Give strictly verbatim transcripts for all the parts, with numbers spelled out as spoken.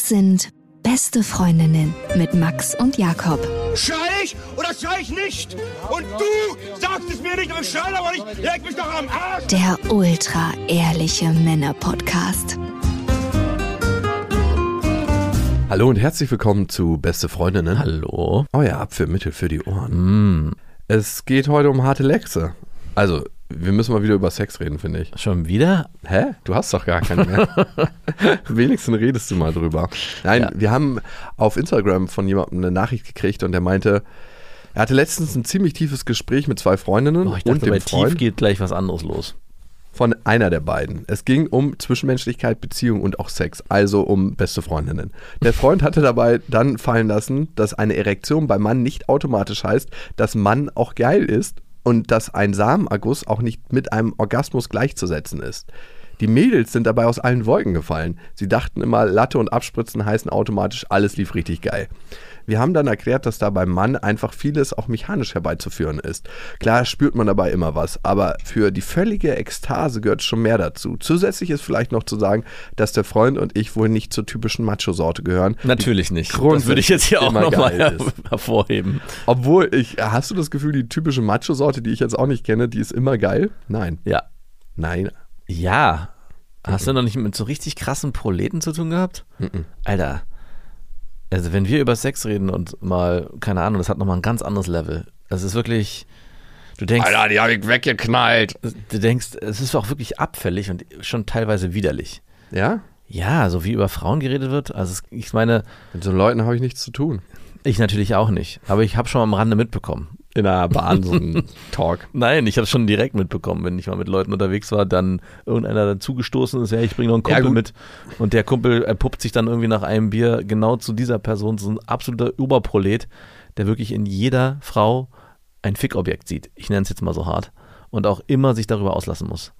Das sind Beste Freundinnen mit Max und Jakob. Schrei ich oder schrei ich nicht? Und du sagst es mir nicht, aber ich schrei aber nicht. Leg mich doch am Arsch. Der ultra-ehrliche Männer-Podcast. Hallo und herzlich willkommen zu Beste Freundinnen. Hallo. Euer Abführmittel für die Ohren. Mm. Es geht heute um harte Lexe. Also, wir müssen mal wieder über Sex reden, finde ich. Schon wieder? Hä? Du hast doch gar keinen mehr. Wenigstens redest du mal drüber. Nein, ja. Wir haben auf Instagram von jemandem eine Nachricht gekriegt und der meinte, er hatte letztens ein ziemlich tiefes Gespräch mit zwei Freundinnen oh, ich dachte, und dem bei Freund. Tief geht gleich was anderes los. Von einer der beiden. Es ging um Zwischenmenschlichkeit, Beziehung und auch Sex, also um beste Freundinnen. Der Freund hatte dabei dann fallen lassen, dass eine Erektion beim Mann nicht automatisch heißt, dass Mann auch geil ist und dass ein Samenerguss auch nicht mit einem Orgasmus gleichzusetzen ist. Die Mädels sind dabei aus allen Wolken gefallen. Sie dachten immer, Latte und Abspritzen heißen automatisch, alles lief richtig geil. Wir haben dann erklärt, dass da beim Mann einfach vieles auch mechanisch herbeizuführen ist. Klar spürt man dabei immer was, aber für die völlige Ekstase gehört schon mehr dazu. Zusätzlich ist vielleicht noch zu sagen, dass der Freund und ich wohl nicht zur typischen Macho-Sorte gehören. Natürlich nicht. Das würde ich jetzt hier auch nochmal her- hervorheben. Obwohl, ich, hast du das Gefühl, die typische Macho-Sorte, die ich jetzt auch nicht kenne, die ist immer geil? Nein. Ja. Nein. Ja. Hast du noch nicht mit so richtig krassen Proleten zu tun gehabt? Mhm. Alter. Also wenn wir über Sex reden und mal, keine Ahnung, das hat nochmal ein ganz anderes Level. Es ist wirklich, du denkst... Alter, die habe ich weggeknallt. Du denkst, es ist auch wirklich abfällig und schon teilweise widerlich. Ja? Ja, so wie über Frauen geredet wird. Also es, ich meine... Mit so Leuten habe ich nichts zu tun. Ich natürlich auch nicht. Aber ich habe schon am Rande mitbekommen. In einer Bahn so ein Talk. Nein, ich habe es schon direkt mitbekommen, wenn ich mal mit Leuten unterwegs war, dann irgendeiner dazugestoßen ist, ja, ich bringe noch einen Kumpel ja, mit und der Kumpel erpuppt sich dann irgendwie nach einem Bier genau zu dieser Person, so ein absoluter Überprolet, der wirklich in jeder Frau ein Fickobjekt sieht. Ich nenne es jetzt mal so hart und auch immer sich darüber auslassen muss.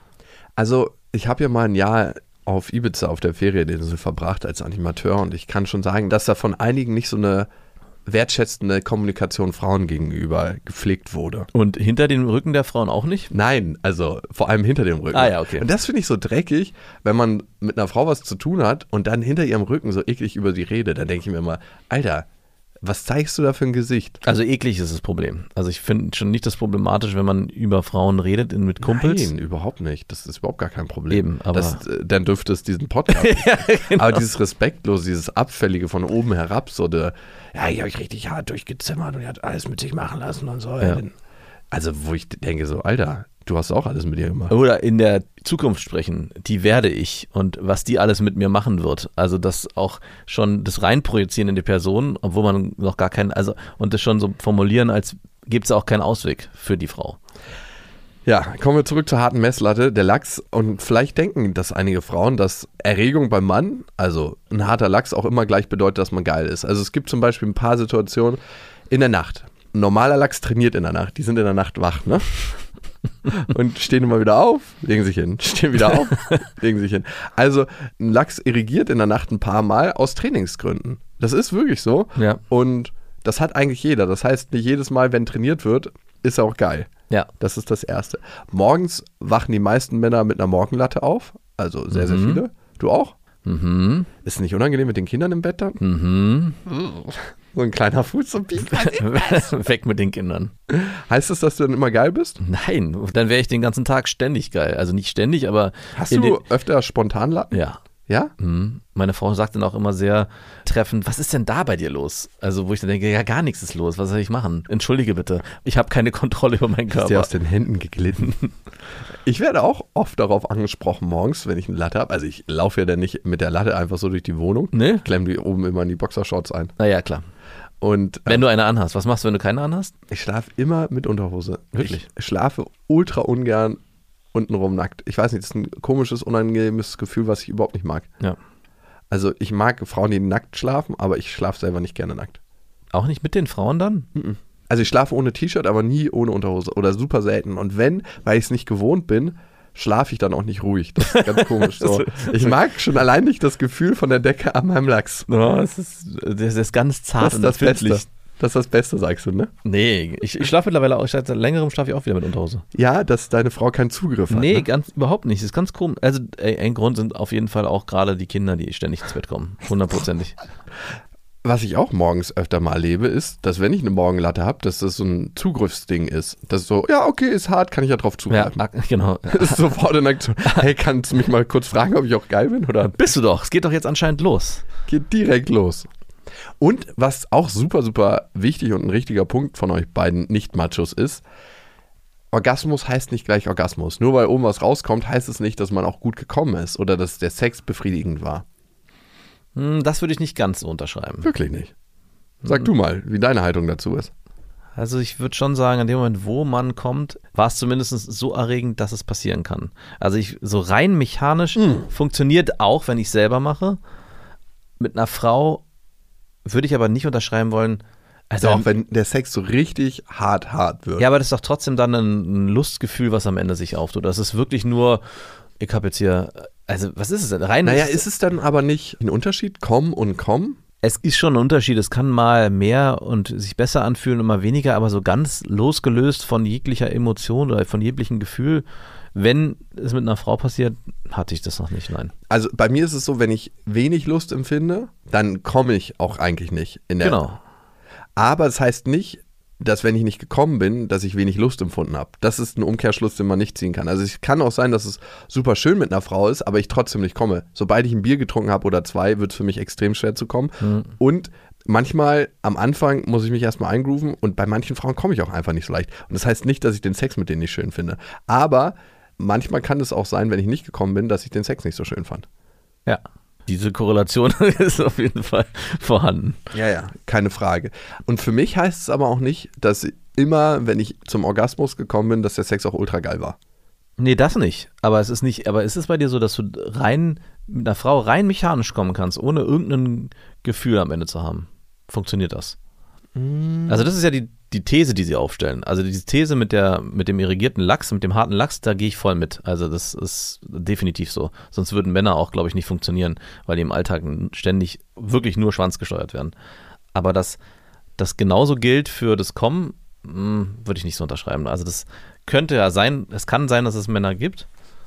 Also ich habe ja mal ein Jahr auf Ibiza auf der Ferieninsel verbracht als Animateur und ich kann schon sagen, dass da von einigen nicht so eine wertschätzende Kommunikation Frauen gegenüber gepflegt wurde. Und hinter dem Rücken der Frauen auch nicht? Nein, also vor allem hinter dem Rücken. Ah ja, okay. Und das finde ich so dreckig, wenn man mit einer Frau was zu tun hat und dann hinter ihrem Rücken so eklig über sie redet. Da denke ich mir immer, Alter, was zeigst du da für ein Gesicht? Also eklig ist das Problem. Also ich finde schon nicht das problematisch, wenn man über Frauen redet in, mit Kumpels. Nein, überhaupt nicht. Das ist überhaupt gar kein Problem. Eben, aber das, dann dürfte es diesen Podcast ja, genau. Aber dieses Respektlose, dieses Abfällige von oben herab, so der, ja, ich habe ich richtig hart durchgezimmert und ihr hat alles mit sich machen lassen und so. Ja. Also wo ich denke so, Alter, du hast auch alles mit dir gemacht. Oder in der Zukunft sprechen, die werde ich und was die alles mit mir machen wird. Also das auch schon das reinprojizieren in die Person, obwohl man noch gar keinen, also und das schon so formulieren, als gibt es auch keinen Ausweg für die Frau. Ja, kommen wir zurück zur harten Messlatte, der Lachs. Und vielleicht denken das einige Frauen, dass Erregung beim Mann, also ein harter Lachs, auch immer gleich bedeutet, dass man geil ist. Also es gibt zum Beispiel ein paar Situationen in der Nacht. Ein normaler Lachs trainiert in der Nacht, die sind in der Nacht wach, ne? Und stehen immer wieder auf, legen sich hin, stehen wieder auf, legen sich hin. Also ein Lachs irrigiert in der Nacht ein paar Mal aus Trainingsgründen. Das ist wirklich so. Ja. Und das hat eigentlich jeder. Das heißt, nicht jedes Mal, wenn trainiert wird, ist er auch geil. Ja. Das ist das Erste. Morgens wachen die meisten Männer mit einer Morgenlatte auf. Also sehr, sehr Mhm. viele. Du auch? Mhm. Ist es nicht unangenehm mit den Kindern im Bett dann? Mhm. So ein kleiner Fuß, so ein Piep. Weg mit den Kindern. Heißt das, dass du dann immer geil bist? Nein, dann wäre ich den ganzen Tag ständig geil. Also nicht ständig, aber... Hast in du den, öfter Spontanlatten? Ja. Ja? Mhm. Meine Frau sagt dann auch immer sehr treffend, was ist denn da bei dir los? Also wo ich dann denke, ja gar nichts ist los, was soll ich machen? Entschuldige bitte, ich habe keine Kontrolle über meinen Körper. Ist dir aus den Händen geglitten. Ich werde auch oft darauf angesprochen morgens, wenn ich eine Latte habe. Also ich laufe ja dann nicht mit der Latte einfach so durch die Wohnung. Nee? Klemme die oben immer in die Boxershorts ein. Naja, klar. Und Wenn ähm, du eine anhast, was machst du, wenn du keine anhast? ich schlafe immer mit Unterhose. Wirklich? Ich schlafe ultra ungern untenrum nackt. Ich weiß nicht, das ist ein komisches, unangenehmes Gefühl, was ich überhaupt nicht mag. Ja. Also ich mag Frauen, die nackt schlafen, aber ich schlafe selber nicht gerne nackt. Auch nicht mit den Frauen dann? Also ich schlafe ohne T-Shirt, aber nie ohne Unterhose oder super selten. Und wenn, weil ich es nicht gewohnt bin, schlafe ich dann auch nicht ruhig. Das ist ganz komisch. So. Ich mag schon allein nicht das Gefühl von der Decke an meinem Lachs. Ja, das ist, das ist ganz zart Das ist und das empfindlich. Beste. Das ist das Beste, sagst du, ne? Nee, ich, ich schlafe mittlerweile auch, seit längerem schlafe ich auch wieder mit Unterhose. Ja, dass deine Frau keinen Zugriff hat. Nee, ne? ganz überhaupt nicht. Das ist ganz komisch. Also ey, ein Grund sind auf jeden Fall auch gerade die Kinder, die ständig ins Bett kommen. Hundertprozentig. Was ich auch morgens öfter mal erlebe, ist, dass wenn ich eine Morgenlatte habe, dass das so ein Zugriffsding ist. Das ist so, ja, okay, ist hart, kann ich ja drauf zugreifen. Ja, genau. Das ist sofort in Aktion. Hey, kannst du mich mal kurz fragen, ob ich auch geil bin? Oder? Bist du doch. Es geht doch jetzt anscheinend los. Geht direkt los. Und was auch super, super wichtig und ein richtiger Punkt von euch beiden Nicht-Machos ist, Orgasmus heißt nicht gleich Orgasmus. Nur weil oben was rauskommt, heißt es nicht, dass man auch gut gekommen ist oder dass der Sex befriedigend war. Das würde ich nicht ganz so unterschreiben. Wirklich nicht. Sag du mal, wie deine Haltung dazu ist. Also ich würde schon sagen, in dem Moment, wo man kommt, war es zumindest so erregend, dass es passieren kann. Also ich so rein mechanisch mm. funktioniert auch, wenn ich selber mache. Mit einer Frau würde ich aber nicht unterschreiben wollen. Also auch wenn der Sex so richtig hart, hart wird. Ja, aber das ist doch trotzdem dann ein, ein Lustgefühl, was am Ende sich auftut. Das ist wirklich nur, ich habe jetzt hier, also was ist es denn? Rein naja, ist es dann aber nicht ein Unterschied, komm und komm? Es ist schon ein Unterschied. Es kann mal mehr und sich besser anfühlen und mal weniger, aber so ganz losgelöst von jeglicher Emotion oder von jeglichem Gefühl, wenn es mit einer Frau passiert, hatte ich das noch nicht, nein. Also bei mir ist es so, wenn ich wenig Lust empfinde, dann komme ich auch eigentlich nicht. In der genau. Aber das heißt nicht, dass wenn ich nicht gekommen bin, dass ich wenig Lust empfunden habe. Das ist ein Umkehrschluss, den man nicht ziehen kann. Also es kann auch sein, dass es super schön mit einer Frau ist, aber ich trotzdem nicht komme. Sobald ich ein Bier getrunken habe oder zwei, wird es für mich extrem schwer zu kommen. Mhm. Und manchmal am Anfang muss ich mich erstmal eingrooven und bei manchen Frauen komme ich auch einfach nicht so leicht. Und das heißt nicht, dass ich den Sex mit denen nicht schön finde. Aber manchmal kann es auch sein, wenn ich nicht gekommen bin, dass ich den Sex nicht so schön fand. Ja. Diese Korrelation ist auf jeden Fall vorhanden. Ja, ja, keine Frage. Und für mich heißt es aber auch nicht, dass immer, wenn ich zum Orgasmus gekommen bin, dass der Sex auch ultra geil war. Nee, das nicht. Aber es ist nicht, aber ist es bei dir so, dass du rein mit einer Frau rein mechanisch kommen kannst, ohne irgendein Gefühl am Ende zu haben? Funktioniert das? Mm. Also das ist ja die, die These, die sie aufstellen. Also diese These mit der, mit dem irrigierten Lachs, mit dem harten Lachs, da gehe ich voll mit. Also das ist definitiv so. Sonst würden Männer auch, glaube ich, nicht funktionieren, weil die im Alltag ständig wirklich nur schwanzgesteuert werden. Aber dass das genauso gilt für das Kommen, würde ich nicht so unterschreiben. Also das könnte ja sein, es kann sein, dass es Männer gibt,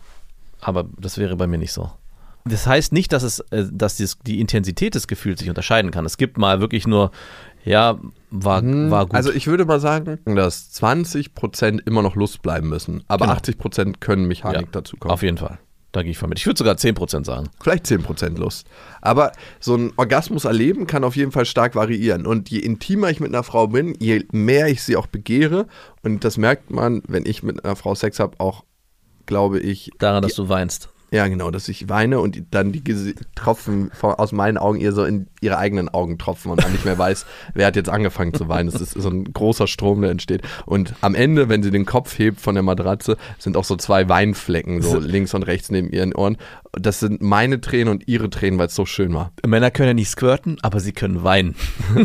aber das wäre bei mir nicht so. Das heißt nicht, dass es, dass die Intensität des Gefühls sich unterscheiden kann. Es gibt mal wirklich nur, ja, war, war gut. Also ich würde mal sagen, dass zwanzig Prozent immer noch Lust bleiben müssen, aber genau. achtzig Prozent können Mechanik ja, dazu kommen. Auf jeden Fall. Da gehe ich voll mit. Ich würde sogar zehn Prozent sagen. Vielleicht zehn Prozent Lust. Aber so ein Orgasmus erleben kann auf jeden Fall stark variieren. Und je intimer ich mit einer Frau bin, je mehr ich sie auch begehre. Und das merkt man, wenn ich mit einer Frau Sex habe, auch, glaube ich. Daran, die, dass du weinst. Ja, genau, dass ich weine und dann die Gese- Tropfen von, aus meinen Augen ihr so in ihre eigenen Augen tropfen und man nicht mehr weiß, wer hat jetzt angefangen zu weinen. Es ist so ein großer Strom, der entsteht. Und am Ende, wenn sie den Kopf hebt von der Matratze, sind auch so zwei Weinflecken, so links und rechts neben ihren Ohren. Das sind meine Tränen und ihre Tränen, weil es so schön war. Männer können ja nicht squirten, aber sie können weinen.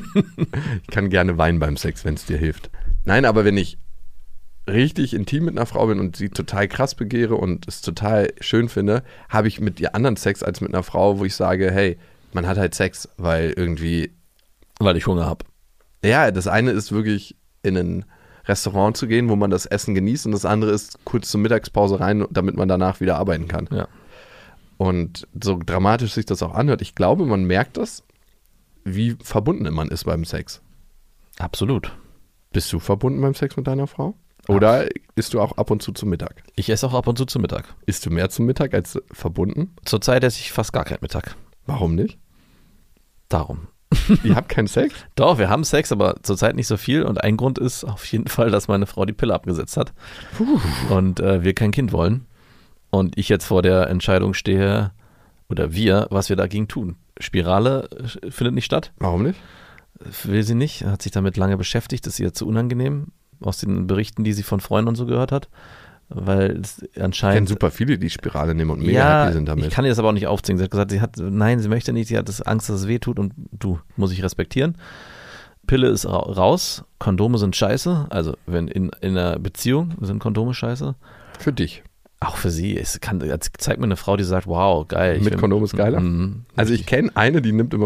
Ich kann gerne weinen beim Sex, wenn es dir hilft. Nein, aber wenn ich richtig intim mit einer Frau bin und sie total krass begehre und es total schön finde, habe ich mit ihr anderen Sex als mit einer Frau, wo ich sage, hey, man hat halt Sex, weil irgendwie... Weil ich Hunger habe. Ja, das eine ist wirklich in ein Restaurant zu gehen, wo man das Essen genießt und das andere ist kurz zur Mittagspause rein, damit man danach wieder arbeiten kann. Ja. Und so dramatisch sich das auch anhört, ich glaube, man merkt das, wie verbunden man ist beim Sex. Absolut. Bist du verbunden beim Sex mit deiner Frau? Oder isst du auch ab und zu zum Mittag? Ich esse auch ab und zu zum Mittag. Isst du mehr zum Mittag als verbunden? Zurzeit esse ich fast gar keinen Mittag. Warum nicht? Darum. Ihr habt keinen Sex? Doch, wir haben Sex, aber zurzeit nicht so viel. Und ein Grund ist auf jeden Fall, dass meine Frau die Pille abgesetzt hat. Puh. Und äh, wir kein Kind wollen. Und ich jetzt vor der Entscheidung stehe, oder wir, was wir dagegen tun. Spirale findet nicht statt. Warum nicht? Will sie nicht. Hat sich damit lange beschäftigt. Das ist ihr zu unangenehm. Aus den Berichten, die sie von Freunden und so gehört hat, weil es anscheinend... Ich kenne super viele, die Spirale nehmen und mega ja, happy sind damit. Ich kann ihr das aber auch nicht aufzwingen. Sie hat gesagt, sie hat, nein, sie möchte nicht, sie hat das Angst, dass es weh tut und du, muss ich respektieren. Pille ist raus, Kondome sind scheiße, also wenn in, in einer Beziehung sind Kondome scheiße. Für dich. Auch für sie. Es kann, zeig mir eine Frau, die sagt, wow, geil. Mit Kondom ist geiler? Mm, also ich kenne eine, die nimmt immer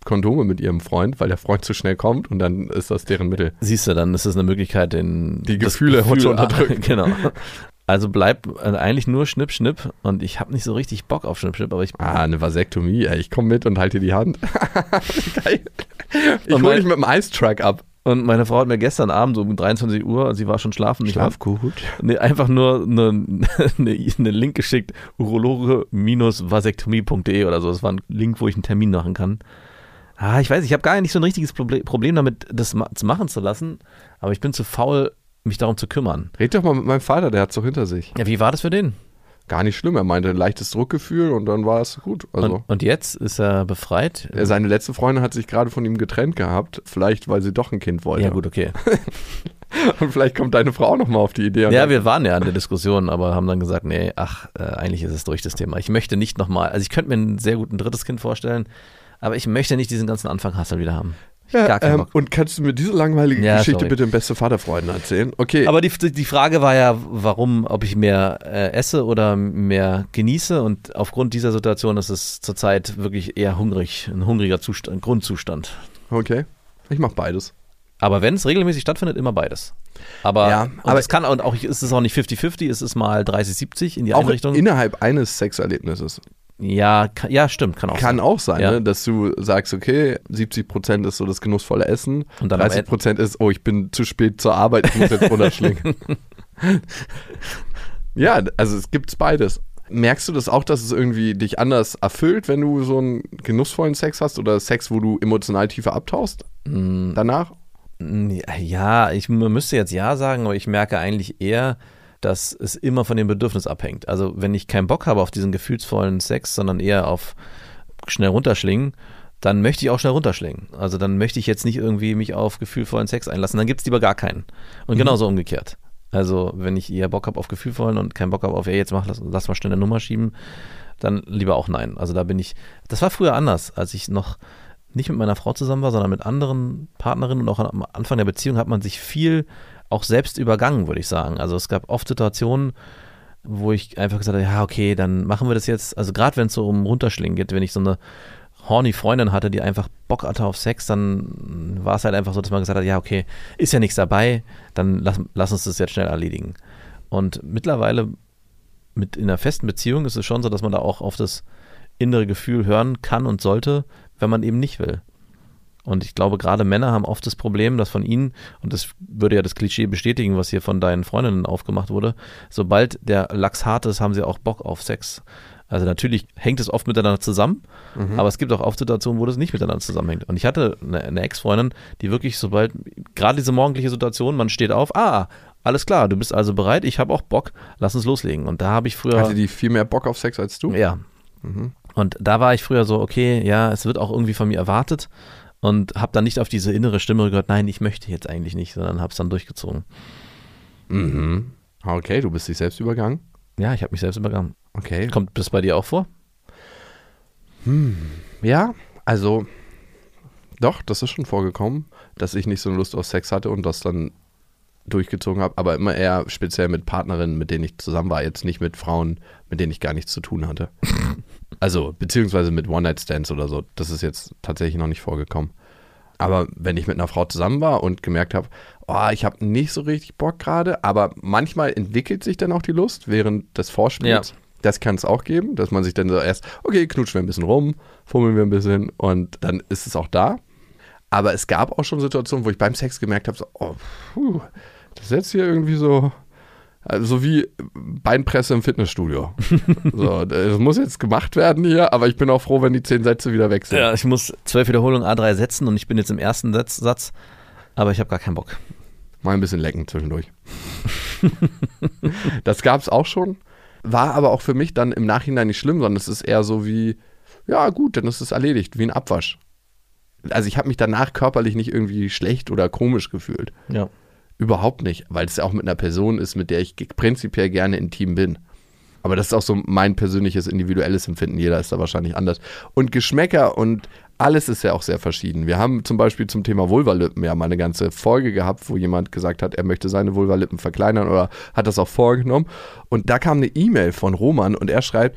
Kondome mit ihrem Freund, weil der Freund zu schnell kommt und dann ist das deren Mittel. Siehst du, dann ist es eine Möglichkeit, den die Gefühle Gefühl, zu unterdrücken. Genau. Also bleib eigentlich nur Schnipp, Schnipp und ich habe nicht so richtig Bock auf Schnipp, Schnipp, aber ich... Ah, eine Vasektomie, ey, ich komme mit und halte dir die Hand. Geil. Ich hole dich mit dem Ice-Truck ab. Und meine Frau hat mir gestern Abend so um dreiundzwanzig Uhr, sie war schon schlafen. Schlaf gut. Nee, einfach nur eine, eine, eine Link geschickt, urologe vasektomie punkt de oder so. Das war ein Link, wo ich einen Termin machen kann. Ah, ich weiß, ich habe gar nicht so ein richtiges Problem damit, das machen zu lassen, aber ich bin zu faul, mich darum zu kümmern. Red doch mal mit meinem Vater, der hat es doch hinter sich. Ja, wie war das für den? Gar nicht schlimm, er meinte ein leichtes Druckgefühl und dann war es gut. Also, und, und jetzt ist er befreit? Seine letzte Freundin hat sich gerade von ihm getrennt gehabt, vielleicht weil sie doch ein Kind wollte. Ja gut, okay. Und vielleicht kommt deine Frau nochmal auf die Idee. Ja, wir waren ja an der Diskussion, aber haben dann gesagt, nee, ach, äh, eigentlich ist es durch das Thema. Ich möchte nicht nochmal, also ich könnte mir ein sehr gut ein drittes Kind vorstellen, aber ich möchte nicht diesen ganzen Anfang-Hassel wieder haben. Ja, Gar keinen ähm, Bock. Und kannst du mir diese langweilige ja, Geschichte sorry. bitte im Beste Vaterfreunden erzählen? Okay. Aber die, die Frage war ja, warum, ob ich mehr äh, esse oder mehr genieße und aufgrund dieser Situation ist es zurzeit wirklich eher hungrig, ein hungriger Zustand, ein Grundzustand. Okay, ich mache beides. Aber wenn es regelmäßig stattfindet, immer beides. Aber, ja, und aber es kann und auch ist es auch nicht fünfzig fünfzig, es ist mal dreißig siebzig in die auch eine Richtung. Innerhalb eines Sexerlebnisses. Ja, kann, ja, stimmt, kann auch kann sein. Kann auch sein, ja. ne, dass du sagst, okay, siebzig Prozent ist so das genussvolle Essen, und dann dreißig Prozent ist, oh, ich bin zu spät zur Arbeit, ich muss jetzt runterschlingen. Ja, also es gibt beides. Merkst du das auch, dass es irgendwie dich anders erfüllt, wenn du so einen genussvollen Sex hast oder Sex, wo du emotional tiefer abtauchst mm. danach? Ja, ich müsste jetzt ja sagen, aber ich merke eigentlich eher, dass es immer von dem Bedürfnis abhängt. Also wenn ich keinen Bock habe auf diesen gefühlsvollen Sex, sondern eher auf schnell runterschlingen, dann möchte ich auch schnell runterschlingen. Also dann möchte ich jetzt nicht irgendwie mich auf gefühlvollen Sex einlassen, dann gibt es lieber gar keinen. Und mhm. genauso umgekehrt. Also wenn ich eher Bock habe auf gefühlvollen und keinen Bock habe auf, ey, jetzt mach, lass, lass mal schnell eine Nummer schieben, dann lieber auch nein. Also da bin ich, das war früher anders, als ich noch nicht mit meiner Frau zusammen war, sondern mit anderen Partnerinnen und auch am Anfang der Beziehung hat man sich viel auch selbst übergangen, würde ich sagen. Also es gab oft Situationen, wo ich einfach gesagt habe, ja okay, dann machen wir das jetzt. Also gerade wenn es so um Runterschlingen geht, wenn ich so eine horny Freundin hatte, die einfach Bock hatte auf Sex, dann war es halt einfach so, dass man gesagt hat, ja okay, ist ja nichts dabei, dann lass, lass uns das jetzt schnell erledigen. Und mittlerweile mit in einer festen Beziehung ist es schon so, dass man da auch auf das innere Gefühl hören kann und sollte, wenn man eben nicht will. Und ich glaube, gerade Männer haben oft das Problem, dass von ihnen, und das würde ja das Klischee bestätigen, was hier von deinen Freundinnen aufgemacht wurde, sobald der Lachs hart ist, haben sie auch Bock auf Sex. Also natürlich hängt es oft miteinander zusammen, mhm. aber es gibt auch oft Situationen, wo das nicht miteinander zusammenhängt. Und ich hatte eine, eine Ex-Freundin, die wirklich sobald, gerade diese morgendliche Situation, man steht auf, ah, alles klar, du bist also bereit, ich habe auch Bock, lass uns loslegen. Und da habe ich früher... Hatte die viel mehr Bock auf Sex als du? Ja. Mhm. Und da war ich früher so, okay, ja, es wird auch irgendwie von mir erwartet. Und habe dann nicht auf diese innere Stimme gehört, nein, ich möchte jetzt eigentlich nicht, sondern habe es dann durchgezogen. Mhm. Okay, du bist dich selbst übergangen? Ja, ich habe mich selbst übergangen. Okay. Kommt das bei dir auch vor? Hm. Ja, also doch, das ist schon vorgekommen, dass ich nicht so eine Lust auf Sex hatte und das dann durchgezogen habe, aber immer eher speziell mit Partnerinnen, mit denen ich zusammen war, jetzt nicht mit Frauen, mit denen ich gar nichts zu tun hatte. Also, beziehungsweise mit One-Night-Stands oder so. Das ist jetzt tatsächlich noch nicht vorgekommen. Aber wenn ich mit einer Frau zusammen war und gemerkt habe, oh, ich habe nicht so richtig Bock gerade, aber manchmal entwickelt sich dann auch die Lust während des Vorspiels. Ja. Das kann es auch geben, dass man sich dann so erst, okay, knutschen wir ein bisschen rum, fummeln wir ein bisschen und dann ist es auch da. Aber es gab auch schon Situationen, wo ich beim Sex gemerkt habe, so, oh, puh, das ist jetzt hier irgendwie so, also so wie Beinpresse im Fitnessstudio. So, das muss jetzt gemacht werden hier, aber ich bin auch froh, wenn die zehn Sätze wieder weg sind. Ja, ich muss zwölf Wiederholungen A drei setzen und ich bin jetzt im ersten Satz, Satz aber ich habe gar keinen Bock. Mal ein bisschen lecken zwischendurch. Das gab es auch schon, war aber auch für mich dann im Nachhinein nicht schlimm, sondern es ist eher so wie, ja gut, dann ist es erledigt, wie ein Abwasch. Also ich habe mich danach körperlich nicht irgendwie schlecht oder komisch gefühlt. Ja. Überhaupt nicht, weil es ja auch mit einer Person ist, mit der ich prinzipiell gerne intim bin. Aber das ist auch so mein persönliches, individuelles Empfinden. Jeder ist da wahrscheinlich anders. Und Geschmäcker und alles ist ja auch sehr verschieden. Wir haben zum Beispiel zum Thema Vulvalippen ja mal eine ganze Folge gehabt, wo jemand gesagt hat, er möchte seine Vulvalippen verkleinern oder hat das auch vorgenommen. Und da kam eine E-Mail von Roman und er schreibt,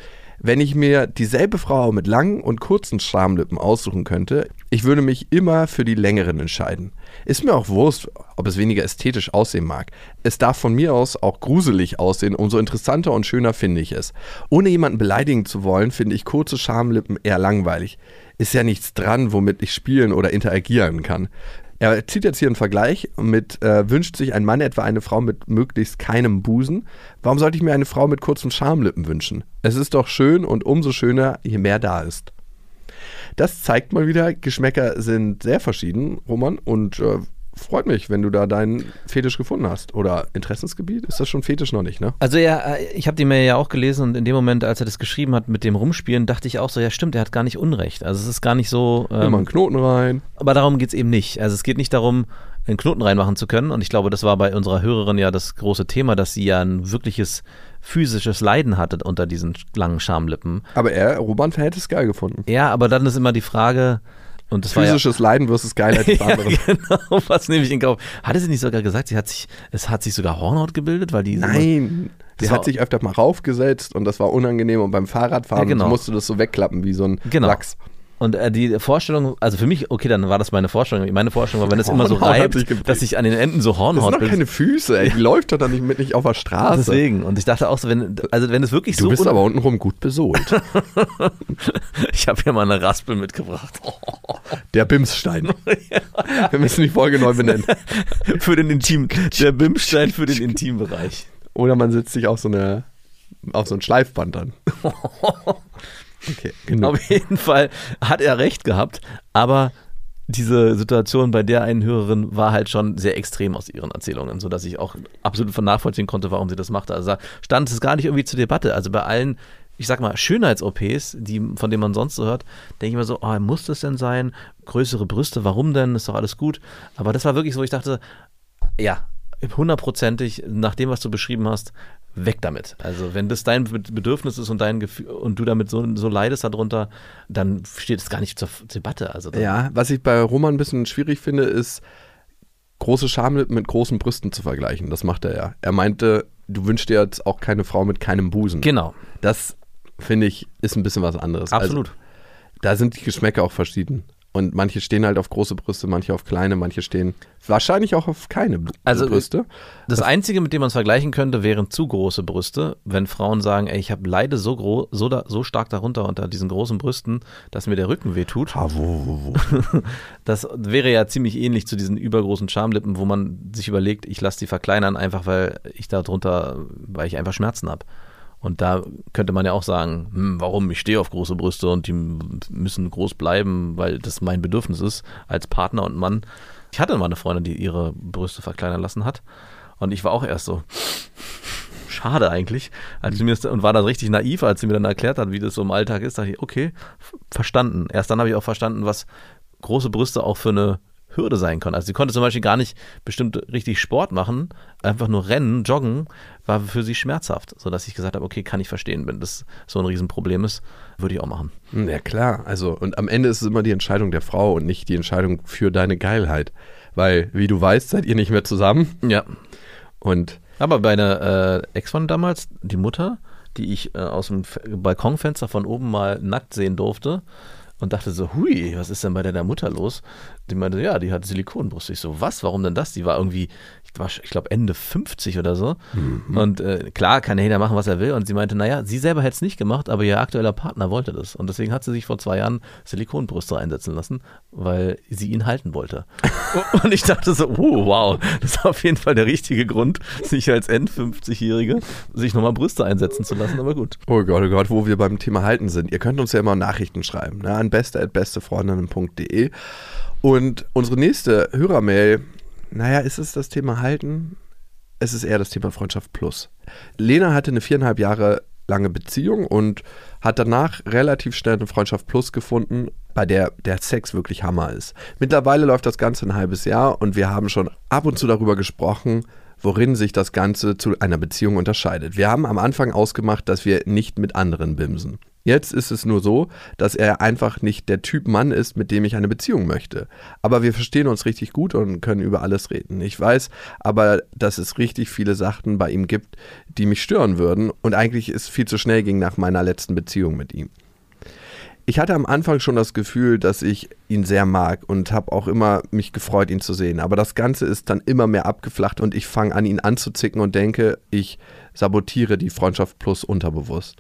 Wenn ich mir dieselbe Frau mit langen und kurzen Schamlippen aussuchen könnte, ich würde mich immer für die längeren entscheiden. Ist mir auch wurscht, ob es weniger ästhetisch aussehen mag. Es darf von mir aus auch gruselig aussehen, umso interessanter und schöner finde ich es. Ohne jemanden beleidigen zu wollen, finde ich kurze Schamlippen eher langweilig. Ist ja nichts dran, womit ich spielen oder interagieren kann. Er zieht jetzt hier einen Vergleich mit, äh, wünscht sich ein Mann etwa eine Frau mit möglichst keinem Busen? Warum sollte ich mir eine Frau mit kurzen Schamlippen wünschen? Es ist doch schön und umso schöner, je mehr da ist. Das zeigt mal wieder, Geschmäcker sind sehr verschieden, Roman, und äh, freut mich, wenn du da deinen Fetisch gefunden hast. Oder Interessensgebiet? Ist das schon Fetisch noch nicht, ne? Also ja, ich habe die Mail ja auch gelesen und in dem Moment, als er das geschrieben hat mit dem Rumspielen, dachte ich auch so, ja stimmt, er hat gar nicht Unrecht. Also es ist gar nicht so... Ähm, Immer einen Knoten rein. Aber darum geht es eben nicht. Also es geht nicht darum, einen Knoten reinmachen zu können. Und ich glaube, das war bei unserer Hörerin ja das große Thema, dass sie ja ein wirkliches physisches Leiden hatte unter diesen langen Schamlippen. Aber er, Roman, hätte es geil gefunden. Ja, aber dann ist immer die Frage... Und das Physisches war ja, Leiden versus Geilheit des anderen. Ja, genau, was nehme ich in Kauf? Hatte sie nicht sogar gesagt, sie hat sich, es hat sich sogar Hornhaut gebildet? Weil die Nein, sie hat sich öfter mal raufgesetzt und das war unangenehm und beim Fahrradfahren ja, genau. musste das so wegklappen wie so ein genau. Lachs. Und äh, die Vorstellung, also für mich, okay, dann war das meine Vorstellung. Meine Vorstellung war, wenn es immer so reibt, dass sich an den Enden so Hornhaut bildet. Das sind doch keine Füße, ey. Die läuft doch dann nicht mit nicht auf der Straße. Deswegen. Und ich dachte auch so, wenn, also wenn es wirklich du so... Du bist aber untenrum gut besohlt. Ich habe hier mal eine Raspel mitgebracht. Der Bimsstein. Ja. Wir müssen die Folge neu benennen. Für den Intim, der Bimsstein für den Intimbereich. Oder man setzt sich auf so eine, auf so ein Schleifband an. Okay, genau. Auf jeden Fall hat er recht gehabt, aber diese Situation bei der einen Hörerin war halt schon sehr extrem aus ihren Erzählungen, sodass ich auch absolut nachvollziehen konnte, warum sie das machte. Also da stand es gar nicht irgendwie zur Debatte. Also bei allen, ich sag mal, Schönheits-O Ps, die, von denen man sonst so hört, denke ich mir so, oh, muss das denn sein? Größere Brüste, warum denn? Ist doch alles gut. Aber das war wirklich so, ich dachte, ja, hundertprozentig, nach dem, was du beschrieben hast, weg damit. Also wenn das dein Bedürfnis ist und dein Gefühl und du damit so, so leidest darunter, dann steht es gar nicht zur Debatte. Also ja, was ich bei Roman ein bisschen schwierig finde, ist, große Schamlippen mit großen Brüsten zu vergleichen. Das macht er ja. Er meinte, du wünschst dir jetzt auch keine Frau mit keinem Busen. Genau. Das, finde ich, ist ein bisschen was anderes. Absolut. Also, da sind die Geschmäcker auch verschieden. Und manche stehen halt auf große Brüste, manche auf kleine, manche stehen wahrscheinlich auch auf keine B- also Brüste. Das, das Einzige, mit dem man es vergleichen könnte, wären zu große Brüste. Wenn Frauen sagen, ey, ich habe leide so, gro- so, da, so stark darunter unter diesen großen Brüsten, dass mir der Rücken wehtut. Ah, wo, wo, wo. Das wäre ja ziemlich ähnlich zu diesen übergroßen Schamlippen, wo man sich überlegt, ich lasse die verkleinern, einfach weil ich darunter, weil ich einfach Schmerzen habe. Und da könnte man ja auch sagen, hm, warum, ich stehe auf große Brüste und die müssen groß bleiben, weil das mein Bedürfnis ist als Partner und Mann. Ich hatte mal eine Freundin, die ihre Brüste verkleinern lassen hat und ich war auch erst so, schade eigentlich, als sie mir das, und war dann richtig naiv, als sie mir dann erklärt hat, wie das so im Alltag ist, dachte ich, okay, verstanden. Erst dann habe ich auch verstanden, was große Brüste auch für eine Hürde sein können. Also sie konnte zum Beispiel gar nicht bestimmt richtig Sport machen, einfach nur rennen, joggen, war für sie schmerzhaft, sodass ich gesagt habe, okay, kann ich verstehen, wenn das so ein Riesenproblem ist, würde ich auch machen. Ja klar, also und am Ende ist es immer die Entscheidung der Frau und nicht die Entscheidung für deine Geilheit, weil, wie du weißt, seid ihr nicht mehr zusammen. Ja. Und aber bei einer äh, Ex von damals, die Mutter, die ich äh, aus dem F- Balkonfenster von oben mal nackt sehen durfte, und dachte so, hui, was ist denn bei deiner Mutter los? Die meinte, ja, die hat Silikonbrust. Ich so, was, warum denn das? Die war irgendwie, ich, war, ich glaube Ende fünfzig oder so. Mhm. Und äh, klar kann jeder machen, was er will. Und sie meinte, naja, sie selber hätte es nicht gemacht, aber ihr aktueller Partner wollte das. Und deswegen hat sie sich vor zwei Jahren Silikonbrüste einsetzen lassen, weil sie ihn halten wollte. Und ich dachte so, oh, wow, das ist auf jeden Fall der richtige Grund, sich als End fünfzig-Jährige sich nochmal Brüste einsetzen zu lassen, aber gut. Oh Gott, oh Gott, wo wir beim Thema Halten sind. Ihr könnt uns ja immer Nachrichten schreiben, ne, an beste at bestefreundinnen punkt de. Und unsere nächste Hörermail, naja, ist es das Thema Halten? Es ist eher das Thema Freundschaft Plus. Lena hatte eine viereinhalb Jahre lange Beziehung und hat danach relativ schnell eine Freundschaft Plus gefunden, bei der der Sex wirklich Hammer ist. Mittlerweile läuft das Ganze ein halbes Jahr und wir haben schon ab und zu darüber gesprochen, worin sich das Ganze zu einer Beziehung unterscheidet. Wir haben am Anfang ausgemacht, dass wir nicht mit anderen bimsen. Jetzt ist es nur so, dass er einfach nicht der Typ Mann ist, mit dem ich eine Beziehung möchte. Aber wir verstehen uns richtig gut und können über alles reden. Ich weiß aber, dass es richtig viele Sachen bei ihm gibt, die mich stören würden. Und eigentlich ist es viel zu schnell ging nach meiner letzten Beziehung mit ihm. Ich hatte am Anfang schon das Gefühl, dass ich ihn sehr mag und habe auch immer mich gefreut, ihn zu sehen. Aber das Ganze ist dann immer mehr abgeflacht und ich fange an, ihn anzuzicken und denke, ich sabotiere die Freundschaft Plus unterbewusst.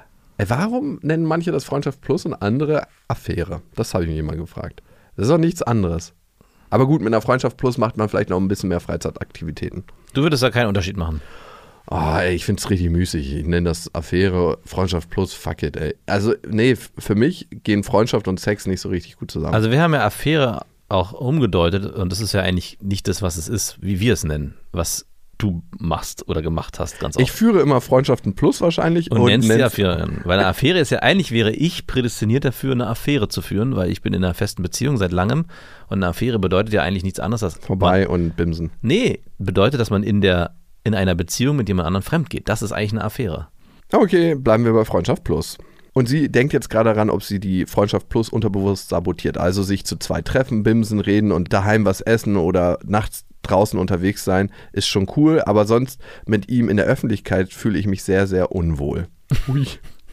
Warum nennen manche das Freundschaft Plus und andere Affäre? Das habe ich mich immer gefragt. Das ist doch nichts anderes. Aber gut, mit einer Freundschaft Plus macht man vielleicht noch ein bisschen mehr Freizeitaktivitäten. Du würdest da keinen Unterschied machen? Oh, ey, ich finde es richtig müßig. Ich nenne das Affäre, Freundschaft Plus, fuck it, ey. Also, nee, für mich gehen Freundschaft und Sex nicht so richtig gut zusammen. Also wir haben ja Affäre auch umgedeutet und das ist ja eigentlich nicht das, was es ist, wie wir es nennen, was du machst oder gemacht hast, ganz oft. Ich führe immer Freundschaften Plus wahrscheinlich. Und, und nennst die Affäre. Weil eine Affäre ist ja, eigentlich wäre ich prädestiniert dafür, eine Affäre zu führen, weil ich bin in einer festen Beziehung seit langem und eine Affäre bedeutet ja eigentlich nichts anderes als... Vorbei man, und bimsen. Nee, bedeutet, dass man in der in einer Beziehung mit jemand anderem fremd geht. Das ist eigentlich eine Affäre. Okay, bleiben wir bei Freundschaft Plus. Und sie denkt jetzt gerade daran, ob sie die Freundschaft Plus unterbewusst sabotiert. Also sich zu zweit treffen, bimsen, reden und daheim was essen oder nachts draußen unterwegs sein, ist schon cool. Aber sonst mit ihm in der Öffentlichkeit fühle ich mich sehr, sehr unwohl. Ui.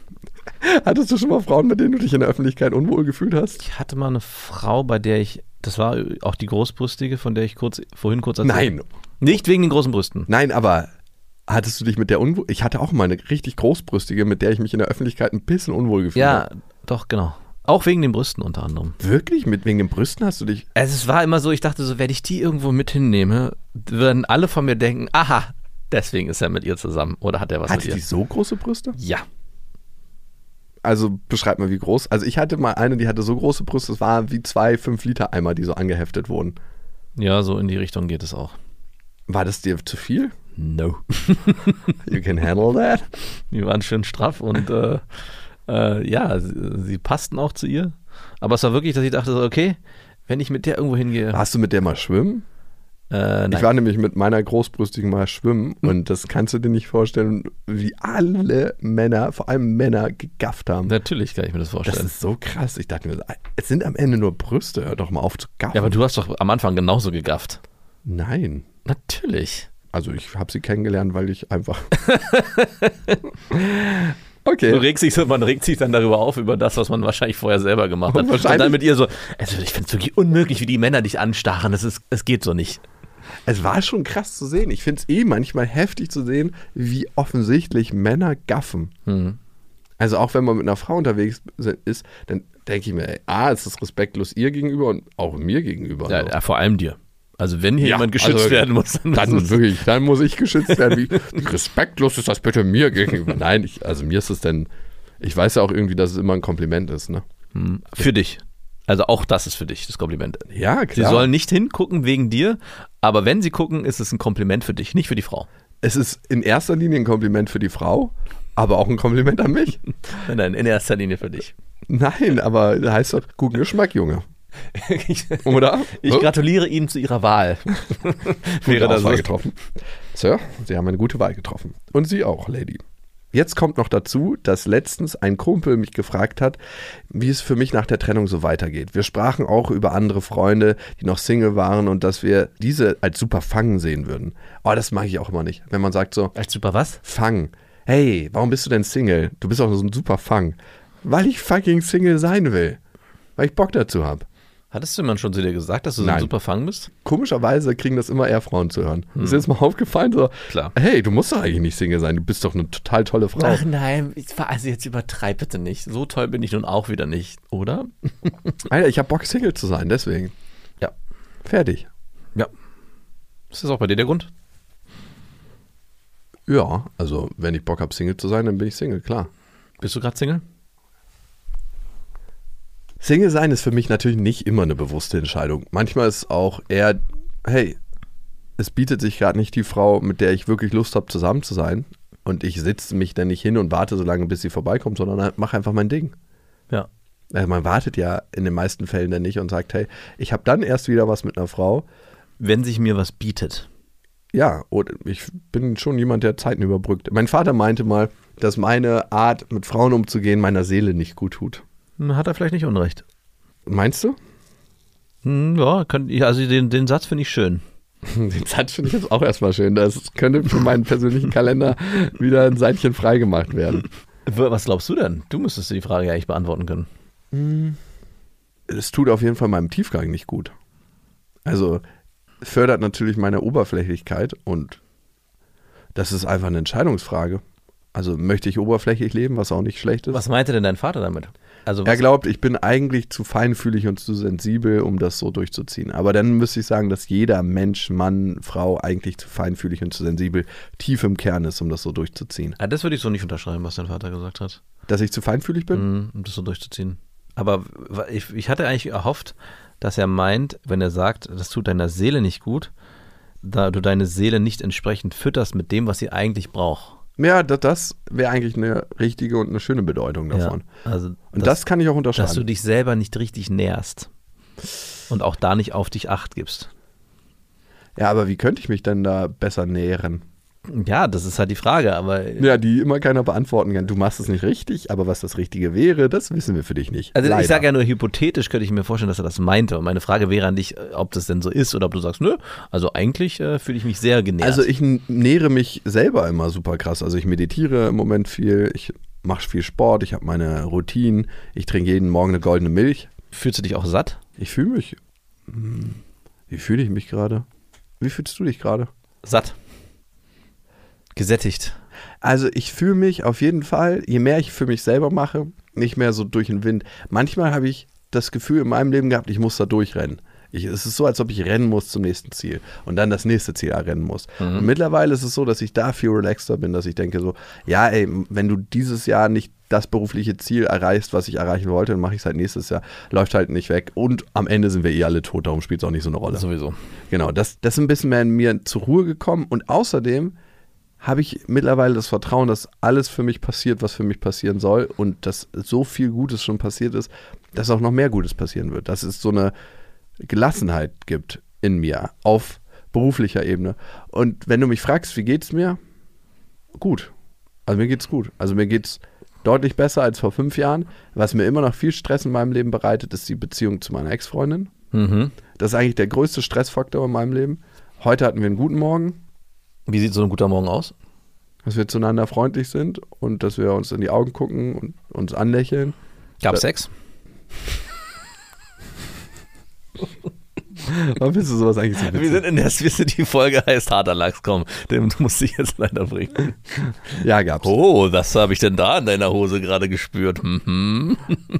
Hattest du schon mal Frauen, mit denen du dich in der Öffentlichkeit unwohl gefühlt hast? Ich hatte mal eine Frau, bei der ich, das war auch die Großbrüstige, von der ich kurz, vorhin kurz erzählt habe. Nein. Nicht wegen den großen Brüsten. Nein, aber hattest du dich mit der unwohl... Ich hatte auch mal eine richtig Großbrüstige, mit der ich mich in der Öffentlichkeit ein bisschen unwohl gefühlt ja, habe. Ja, doch, genau. Auch wegen den Brüsten unter anderem. Wirklich? Mit wegen den Brüsten hast du dich... Also es war immer so, ich dachte so, wenn ich die irgendwo mit hinnehme, würden alle von mir denken, aha, deswegen ist er mit ihr zusammen. Oder hat er was Hatte mit ihr? Hatte die so große Brüste? Ja. Also beschreib mal, wie groß. Also ich hatte mal eine, die hatte so große Brüste, das war wie zwei fünf Liter Eimer, die so angeheftet wurden. Ja, so in die Richtung geht es auch. War das dir zu viel? No. You can handle that? Die waren schön straff und äh, äh, ja, sie, sie passten auch zu ihr. Aber es war wirklich, dass ich dachte, so, okay, wenn ich mit der irgendwo hingehe. Warst du mit der mal schwimmen? Äh, ich war nämlich mit meiner Großbrüstigen mal schwimmen hm. und das kannst du dir nicht vorstellen, wie alle Männer, vor allem Männer, gegafft haben. Natürlich kann ich mir das vorstellen. Das ist so krass. Ich dachte mir, es sind am Ende nur Brüste, hör doch mal auf zu gaffen. Ja, aber du hast doch am Anfang genauso gegafft. Nein. Natürlich. Also ich habe sie kennengelernt, weil ich einfach... Okay. Du regst sich so, man regt sich dann darüber auf, über das, was man wahrscheinlich vorher selber gemacht hat. Und, und dann mit ihr so, also ich finde es wirklich unmöglich, wie die Männer dich anstarren. Es ist, es geht so nicht. Es war schon krass zu sehen. Ich finde es eh manchmal heftig zu sehen, wie offensichtlich Männer gaffen. Hm. Also auch wenn man mit einer Frau unterwegs ist, dann denke ich mir, ey, A, ist das respektlos ihr gegenüber und auch mir gegenüber. Ja, ja, vor allem dir. Also wenn hier ja, jemand geschützt also, werden muss, dann, dann wirklich, dann muss ich geschützt werden. Wie, wie respektlos ist das bitte mir gegenüber? Nein, ich, also mir ist es denn, ich weiß ja auch irgendwie, dass es immer ein Kompliment ist. Ne? Hm. Für dich. Also auch das ist für dich, das Kompliment. Ja, klar. Sie sollen nicht hingucken wegen dir, aber wenn sie gucken, ist es ein Kompliment für dich, nicht für die Frau. Es ist in erster Linie ein Kompliment für die Frau, aber auch ein Kompliment an mich. Nein, in erster Linie für dich. Nein, aber das heißt doch, guten Geschmack, Junge. Oder? Ich gratuliere Ihnen zu Ihrer Wahl. Wäre das Wahl getroffen. Sir, Sie haben eine gute Wahl getroffen. Und Sie auch, Lady. Jetzt kommt noch dazu, dass letztens ein Kumpel mich gefragt hat, wie es für mich nach der Trennung so weitergeht. Wir sprachen auch über andere Freunde, die noch Single waren und dass wir diese als super Fang sehen würden. Oh, das mag ich auch immer nicht. Wenn man sagt so... Als super was? Fang. Hey, warum bist du denn Single? Du bist auch so ein super Fang. Weil ich fucking Single sein will. Weil ich Bock dazu habe. Hattest du jemand schon zu dir gesagt, dass du so ein super Fang bist? Komischerweise kriegen das immer eher Frauen zu hören. Hm. Ist dir jetzt mal aufgefallen? So, klar. Hey, du musst doch eigentlich nicht Single sein. Du bist doch eine total tolle Frau. Ach nein, also jetzt übertreib bitte nicht. So toll bin ich nun auch wieder nicht, oder? Alter, ich habe Bock, Single zu sein, deswegen. Ja. Fertig. Ja. Ist das auch bei dir der Grund? Ja, also wenn ich Bock habe, Single zu sein, dann bin ich Single, klar. Bist du gerade Single? Single sein ist für mich natürlich nicht immer eine bewusste Entscheidung. Manchmal ist auch eher, hey, es bietet sich gerade nicht die Frau, mit der ich wirklich Lust habe, zusammen zu sein. Und ich sitze mich dann nicht hin und warte so lange, bis sie vorbeikommt, sondern mache einfach mein Ding. Ja. Also man wartet ja in den meisten Fällen dann nicht und sagt, hey, ich habe dann erst wieder was mit einer Frau. Wenn sich mir was bietet. ja, und ich bin schon jemand, der Zeiten überbrückt. Mein Vater meinte mal, dass meine Art, mit Frauen umzugehen, meiner Seele nicht gut tut. Hat er vielleicht nicht unrecht. Meinst du? Hm, ja, kann, also den, den Satz finde ich schön. Den Satz finde ich jetzt auch erstmal schön. Das könnte für meinen persönlichen Kalender wieder ein Seitchen freigemacht werden. Was glaubst du denn? Du müsstest die Frage ja eigentlich beantworten können. Es tut auf jeden Fall meinem Tiefgang nicht gut. Also fördert natürlich meine Oberflächlichkeit und das ist einfach eine Entscheidungsfrage. Also möchte ich oberflächlich leben, was auch nicht schlecht ist. Was meinte denn dein Vater damit? Also er glaubt, ich bin eigentlich zu feinfühlig und zu sensibel, um das so durchzuziehen. Aber dann müsste ich sagen, dass jeder Mensch, Mann, Frau eigentlich zu feinfühlig und zu sensibel tief im Kern ist, um das so durchzuziehen. Ja, das würde ich so nicht unterschreiben, was dein Vater gesagt hat. Dass ich zu feinfühlig bin? Mhm, um das so durchzuziehen. Aber ich, ich hatte eigentlich erhofft, dass er meint, wenn er sagt, das tut deiner Seele nicht gut, da du deine Seele nicht entsprechend fütterst mit dem, was sie eigentlich braucht. Ja, das, das wäre eigentlich eine richtige und eine schöne Bedeutung davon. Ja, also und das, das kann ich auch unterschreiben. Dass du dich selber nicht richtig nährst und auch da nicht auf dich Acht gibst. Ja, aber wie könnte ich mich denn da besser nähren? Ja, das ist halt die Frage, aber... Ja, die immer keiner beantworten kann. Du machst es nicht richtig, aber was das Richtige wäre, das wissen wir für dich nicht. Also Leider. Ich sage ja nur hypothetisch, könnte ich mir vorstellen, dass er das meinte. Und meine Frage wäre an dich, ob das denn so ist oder ob du sagst, nö, also eigentlich äh, fühle ich mich sehr genährt. Also ich nähere mich selber immer super krass. Also ich meditiere im Moment viel, ich mache viel Sport, ich habe meine Routinen, ich trinke jeden Morgen eine goldene Milch. Fühlst du dich auch satt? Ich fühle mich... Wie fühle ich mich gerade? Wie fühlst du dich gerade? Satt. Gesättigt. Also ich fühle mich auf jeden Fall, je mehr ich für mich selber mache, nicht mehr so durch den Wind. Manchmal habe ich das Gefühl in meinem Leben gehabt, ich muss da durchrennen. Ich, es ist so, als ob ich rennen muss zum nächsten Ziel und dann das nächste Ziel errennen muss. Mhm. Und mittlerweile ist es so, dass ich da viel relaxter bin, dass ich denke so, ja ey, wenn du dieses Jahr nicht das berufliche Ziel erreichst, was ich erreichen wollte, dann mache ich es halt nächstes Jahr. Läuft halt nicht weg und am Ende sind wir eh alle tot, darum spielt es auch nicht so eine Rolle. Sowieso. Genau, das, das ist ein bisschen mehr in mir zur Ruhe gekommen und außerdem habe ich mittlerweile das Vertrauen, dass alles für mich passiert, was für mich passieren soll und dass so viel Gutes schon passiert ist, dass auch noch mehr Gutes passieren wird. Dass es so eine Gelassenheit gibt in mir auf beruflicher Ebene. Und wenn du mich fragst, wie geht's mir? Gut. Also mir geht's gut. Also mir geht's deutlich besser als vor fünf Jahren. Was mir immer noch viel Stress in meinem Leben bereitet, ist die Beziehung zu meiner Ex-Freundin. Mhm. Das ist eigentlich der größte Stressfaktor in meinem Leben. Heute hatten wir einen guten Morgen. Wie sieht so ein guter Morgen aus? Dass wir zueinander freundlich sind und dass wir uns in die Augen gucken und uns anlächeln. Gab's Sex? Warum findest du sowas eigentlich so witzig? Wir sind in der Swisse, die Folge heißt Harter Lachs, komm, du musst dich jetzt leider bringen. Ja, gab's. Oh, was habe ich denn da in deiner Hose gerade gespürt? Mhm.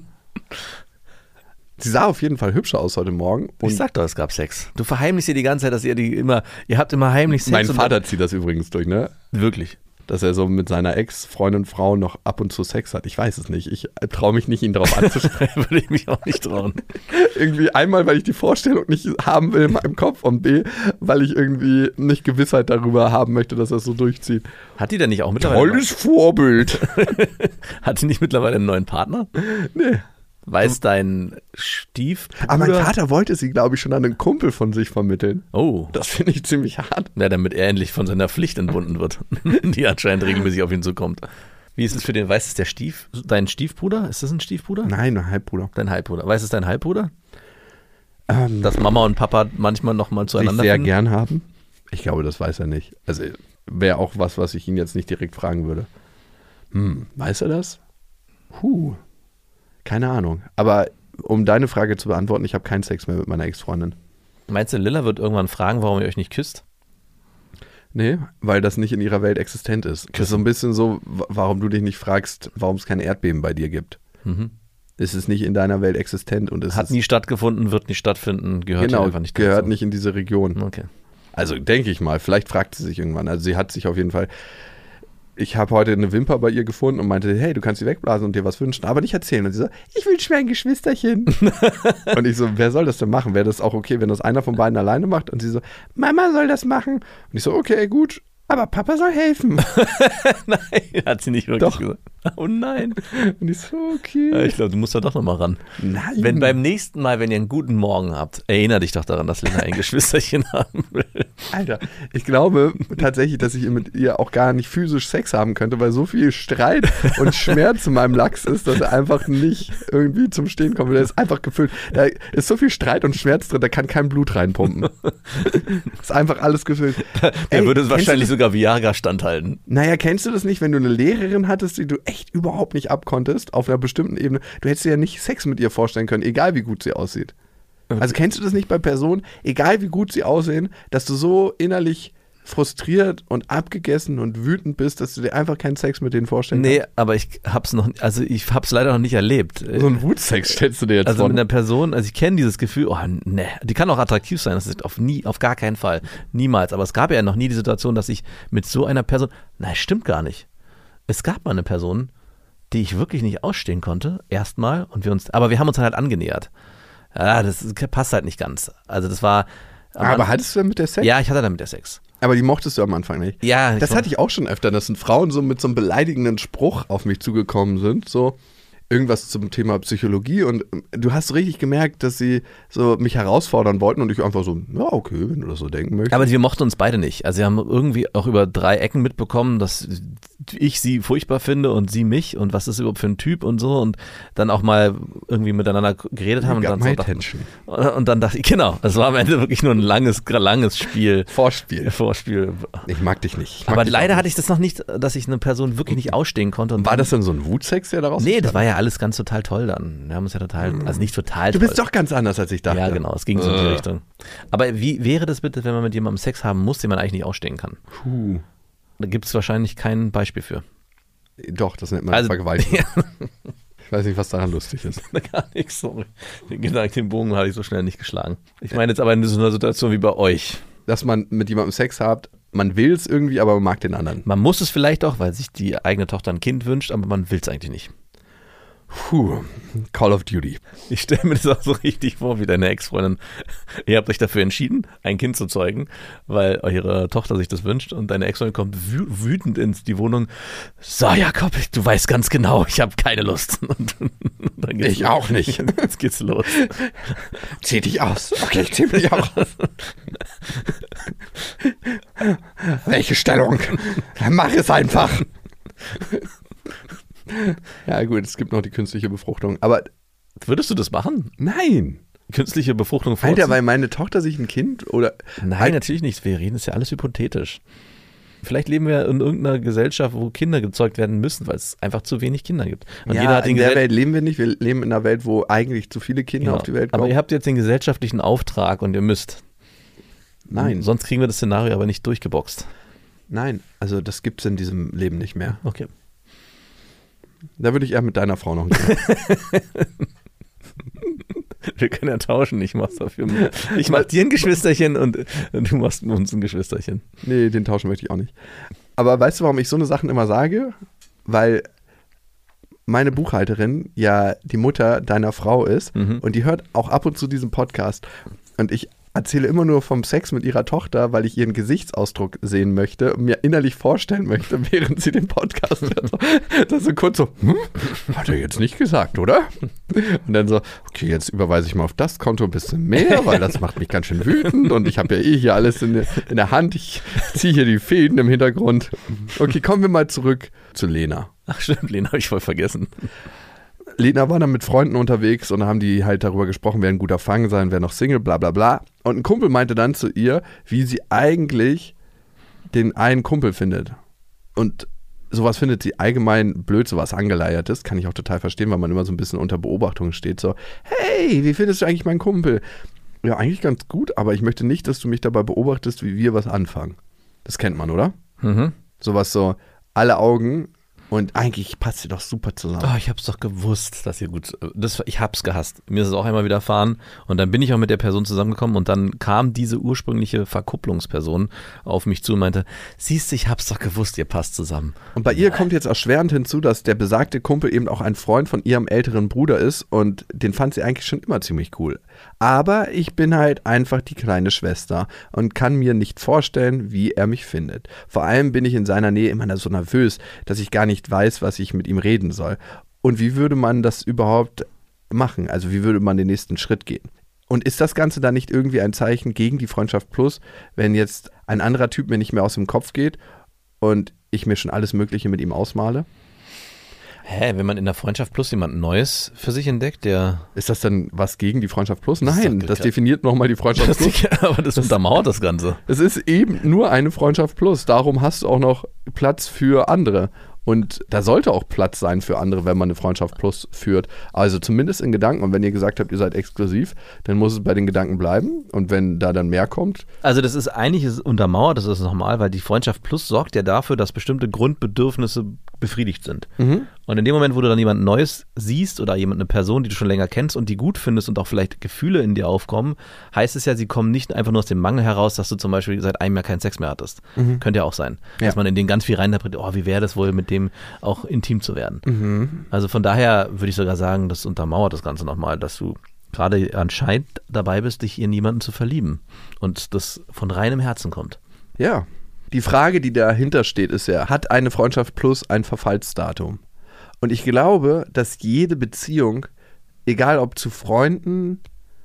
Sie sah auf jeden Fall hübscher aus heute Morgen. Und ich sag doch, es gab Sex. Du verheimlichst ihr die ganze Zeit, dass ihr die immer, ihr habt immer heimlich Sex. Mein Vater zieht das übrigens durch, ne? Wirklich? Dass er so mit seiner Ex-Freundin, Frau noch ab und zu Sex hat. Ich weiß es nicht. Ich traue mich nicht, ihn darauf anzusprechen. Würde ich mich auch nicht trauen. Irgendwie einmal, weil ich die Vorstellung nicht haben will in meinem Kopf und B, weil ich irgendwie nicht Gewissheit darüber haben möchte, dass er es so durchzieht. Hat die denn nicht auch mittlerweile... Tolles Vorbild. Hat die nicht mittlerweile einen neuen Partner? Nee. Weiß dein Stiefbruder... Aber mein Vater wollte sie, glaube ich, schon an einen Kumpel von sich vermitteln. Oh. Das finde ich ziemlich hart. Ja, damit er endlich von seiner Pflicht entbunden wird, die anscheinend regelmäßig auf ihn zukommt. Wie ist es für den, weiß es der Stief, dein Stiefbruder? Ist das ein Stiefbruder? Nein, ein Halbbruder. Dein Halbbruder. Weiß es dein Halbbruder? Ähm, Dass Mama und Papa manchmal nochmal zueinander sich sehr finden? gern haben? Ich glaube, das weiß er nicht. Also wäre auch was, was ich ihn jetzt nicht direkt fragen würde. Hm, weiß er das? Huh. Keine Ahnung. Aber um deine Frage zu beantworten, ich habe keinen Sex mehr mit meiner Ex-Freundin. Meinst du, Lilla wird irgendwann fragen, warum ihr euch nicht küsst? Nee, weil das nicht in ihrer Welt existent ist. Das ist so ein bisschen so, warum du dich nicht fragst, warum es kein Erdbeben bei dir gibt. Mhm. Es ist nicht in deiner Welt existent. Und es Hat ist, nie stattgefunden, wird nicht stattfinden, gehört genau, hier einfach nicht gehört dazu. nicht in diese Region. Okay. Also denke ich mal, vielleicht fragt sie sich irgendwann. Also sie hat sich auf jeden Fall... Ich habe heute eine Wimper bei ihr gefunden und meinte, hey, du kannst sie wegblasen und dir was wünschen, aber nicht erzählen. Und sie so, ich wünsche mir ein Geschwisterchen. Und ich so, wer soll das denn machen? Wäre das auch okay, wenn das einer von beiden alleine macht? Und sie so, Mama soll das machen. Und ich so, okay, gut, aber Papa soll helfen. Nein, hat sie nicht wirklich Doch. gesagt. Oh nein. Und ich so, okay. Ja, ich glaube, du musst da doch nochmal ran. Nein. Wenn beim nächsten Mal, wenn ihr einen guten Morgen habt, erinnere dich doch daran, dass Lena ein Geschwisterchen haben will. Alter, ich glaube tatsächlich, dass ich mit ihr auch gar nicht physisch Sex haben könnte, weil so viel Streit und Schmerz in meinem Lachs ist, dass er einfach nicht irgendwie zum Stehen kommt. Der ist einfach gefüllt. Da ist so viel Streit und Schmerz drin, da kann kein Blut reinpumpen. Ist einfach alles gefüllt. Der Ey, würde wahrscheinlich du, sogar Viagra standhalten. Naja, kennst du das nicht, wenn du eine Lehrerin hattest, die du echt überhaupt nicht abkonntest, auf einer bestimmten Ebene? Du hättest dir ja nicht Sex mit ihr vorstellen können, egal wie gut sie aussieht. Also kennst du das nicht bei Personen, egal wie gut sie aussehen, dass du so innerlich frustriert und abgegessen und wütend bist, dass du dir einfach keinen Sex mit denen vorstellen Nee, kannst? aber ich hab's noch, also ich hab's leider noch nicht erlebt. So einen Wutsex stellst du dir jetzt Also vor. mit einer Person, also ich kenne dieses Gefühl, oh ne, die kann auch attraktiv sein, das ist auf nie, auf gar keinen Fall, niemals. Aber es gab ja noch nie die Situation, dass ich mit so einer Person, nein, stimmt gar nicht. Es gab mal eine Person, die ich wirklich nicht ausstehen konnte, erstmal, und wir uns, aber wir haben uns halt angenähert. Ja, das passt halt nicht ganz. Also das war. Aber hattest du dann mit der Sex? Ja, ich hatte dann mit der Sex. Aber die mochtest du am Anfang nicht. Ja, Das hatte ich auch schon öfter, dass Frauen so mit so einem beleidigenden Spruch auf mich zugekommen sind, so irgendwas zum Thema Psychologie, und du hast so richtig gemerkt, dass sie so mich herausfordern wollten und ich einfach so, ja okay, wenn du das so denken möchtest. Aber wir mochten uns beide nicht. Also wir haben irgendwie auch über drei Ecken mitbekommen, dass ich sie furchtbar finde und sie mich und was ist überhaupt für ein Typ und so, und dann auch mal irgendwie miteinander geredet haben. Und dann, so dachten, und dann dachte ich, genau, es war am Ende wirklich nur ein langes, langes Spiel. Vorspiel. Vorspiel. Ich mag dich nicht. Ich mag Aber dich leider nicht. hatte ich das noch nicht, dass ich eine Person wirklich nicht ausstehen konnte. Und War dann, das dann so ein Wutsex, der daraus Nee, das entstand? war ja alles ganz total toll dann. Wir haben uns ja total, also nicht total Du toll. bist doch ganz anders, als ich dachte. Ja, genau, es ging so in die Äh. Richtung. Aber wie wäre das bitte, wenn man mit jemandem Sex haben muss, den man eigentlich nicht ausstehen kann? Puh. Da gibt es wahrscheinlich kein Beispiel für. Doch, das nennt man Also- Vergewaltigung. Ja. Ich weiß nicht, was daran lustig ist. Gar nichts, sorry. Den Gedanken, den Bogen hatte ich so schnell nicht geschlagen. Ich meine jetzt aber in so einer Situation wie bei euch. Dass man mit jemandem Sex hat, man will es irgendwie, aber man mag den anderen. Man muss es vielleicht auch, weil sich die eigene Tochter ein Kind wünscht, aber man will es eigentlich nicht. Puh, Call of Duty. Ich stelle mir das auch so richtig vor, wie deine Ex-Freundin. Ihr habt euch dafür entschieden, ein Kind zu zeugen, weil eure Tochter sich das wünscht, und deine Ex-Freundin kommt wü- wütend in die Wohnung. So, Jakob, du weißt ganz genau, ich habe keine Lust. Und dann geht's Ich los. auch nicht. Jetzt geht's los. Zieh dich aus. Okay, ich zieh mich auch aus. Welche Stellung? Mach es einfach. Ja gut, es gibt noch die künstliche Befruchtung, aber Würdest du das machen? nein. Künstliche Befruchtung vorziehen? Alter, weil meine Tochter sich ein Kind oder... Nein, Alter, natürlich nicht. Wir reden, ist ja alles hypothetisch. Vielleicht leben wir in irgendeiner Gesellschaft, wo Kinder gezeugt werden müssen, weil es einfach zu wenig Kinder gibt. Und ja, jeder hat den in der Gesell- Welt leben wir nicht. Wir leben in einer Welt, wo eigentlich zu viele Kinder Genau. auf die Welt kommen. Aber ihr habt jetzt den gesellschaftlichen Auftrag und ihr müsst. Nein, Sonst kriegen wir das Szenario aber nicht durchgeboxt. nein. Also das gibt es in diesem Leben nicht mehr. Okay. Da würde ich eher mit deiner Frau noch ein Kind. Wir können ja tauschen. Ich mach's dafür. Ich mach dir ein Geschwisterchen und du machst uns ein Geschwisterchen. Nee, den tauschen möchte ich auch nicht. Aber weißt du, warum ich so eine Sachen immer sage? Weil meine Buchhalterin ja die Mutter deiner Frau ist Mhm. und die hört auch ab und zu diesen Podcast. Und ich erzähle immer nur vom Sex mit ihrer Tochter, weil ich ihren Gesichtsausdruck sehen möchte und mir innerlich vorstellen möchte, während sie den Podcast hört. So, dass so kurz so, hm? Hat er jetzt nicht gesagt, oder? Und dann so, okay, jetzt überweise ich mal auf das Konto ein bisschen mehr, weil das macht mich ganz schön wütend und ich habe ja eh hier alles in der, in der Hand. Ich ziehe hier die Fäden im Hintergrund. Okay, kommen wir mal zurück zu Lena. Ach stimmt, Lena, habe ich voll vergessen. Lena war dann mit Freunden unterwegs und haben die halt darüber gesprochen, wer ein guter Fang sein, wer noch Single, bla bla bla. Und ein Kumpel meinte dann zu ihr, wie sie eigentlich den einen Kumpel findet. Und sowas findet sie allgemein blöd, sowas Angeleiertes. Kann ich auch total verstehen, weil man immer so ein bisschen unter Beobachtung steht. So, hey, wie findest du eigentlich meinen Kumpel? Ja, eigentlich ganz gut, aber ich möchte nicht, dass du mich dabei beobachtest, wie wir was anfangen. Das kennt man, oder? Mhm. Sowas so, alle Augen Und eigentlich passt ihr doch super zusammen. Oh, ich hab's doch gewusst, dass ihr gut, das, ich hab's gehasst. Mir ist es auch einmal widerfahren und dann bin ich auch mit der Person zusammengekommen und dann kam diese ursprüngliche Verkupplungsperson auf mich zu und meinte, siehst du, ich hab's doch gewusst, ihr passt zusammen. Und bei ihr kommt jetzt erschwerend hinzu, dass der besagte Kumpel eben auch ein Freund von ihrem älteren Bruder ist und den fand sie eigentlich schon immer ziemlich cool. Aber ich bin halt einfach die kleine Schwester und kann mir nicht vorstellen, wie er mich findet. Vor allem bin ich in seiner Nähe immer so nervös, dass ich gar nicht weiß, was ich mit ihm reden soll. Und wie würde man das überhaupt machen? Also wie würde man den nächsten Schritt gehen? Und ist das Ganze dann nicht irgendwie ein Zeichen gegen die Freundschaft Plus, wenn jetzt ein anderer Typ mir nicht mehr aus dem Kopf geht und ich mir schon alles Mögliche mit ihm ausmale? Hä, wenn man in der Freundschaft Plus jemand Neues für sich entdeckt, der... Ist das dann was gegen die Freundschaft Plus? Nein, das, das definiert nochmal die Freundschaft das, Plus. Aber das, das untermauert das Ganze. Es ist eben nur eine Freundschaft Plus. Darum hast du auch noch Platz für andere. Und da sollte auch Platz sein für andere, wenn man eine Freundschaft Plus führt. Also zumindest in Gedanken. Und wenn ihr gesagt habt, ihr seid exklusiv, dann muss es bei den Gedanken bleiben. Und wenn da dann mehr kommt. Also das ist eigentlich ist untermauert, das ist normal, weil die Freundschaft Plus sorgt ja dafür, dass bestimmte Grundbedürfnisse befriedigt sind. Mhm. Und in dem Moment, wo du dann jemand Neues siehst oder jemand, eine Person, die du schon länger kennst und die gut findest und auch vielleicht Gefühle in dir aufkommen, heißt es ja, sie kommen nicht einfach nur aus dem Mangel heraus, dass du zum Beispiel seit einem Jahr keinen Sex mehr hattest. Mhm. Könnte ja auch sein. Ja. Dass man in den ganz viel reininterpretiert, oh, wie wäre das wohl, mit dem auch intim zu werden. Mhm. Also von daher würde ich sogar sagen, das untermauert das Ganze nochmal, dass du gerade anscheinend dabei bist, dich in jemanden zu verlieben und das von reinem Herzen kommt. Ja. Die Frage, die dahinter steht, ist ja, hat eine Freundschaft Plus ein Verfallsdatum? Und ich glaube, dass jede Beziehung, egal ob zu Freunden,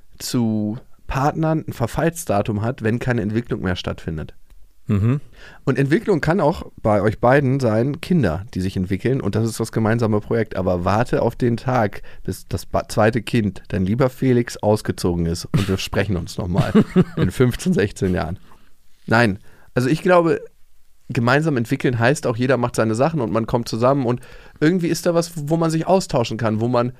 zu Partnern, ein Verfallsdatum hat, wenn keine Entwicklung mehr stattfindet. Mhm. Und Entwicklung kann auch bei euch beiden sein, Kinder, die sich entwickeln und das ist das gemeinsame Projekt. Aber warte auf den Tag, bis das zweite Kind, dein lieber Felix, ausgezogen ist und wir sprechen uns nochmal in fünfzehn, sechzehn Jahren. Nein, also ich glaube, gemeinsam entwickeln heißt auch, jeder macht seine Sachen und man kommt zusammen und irgendwie ist da was, wo man sich austauschen kann, wo man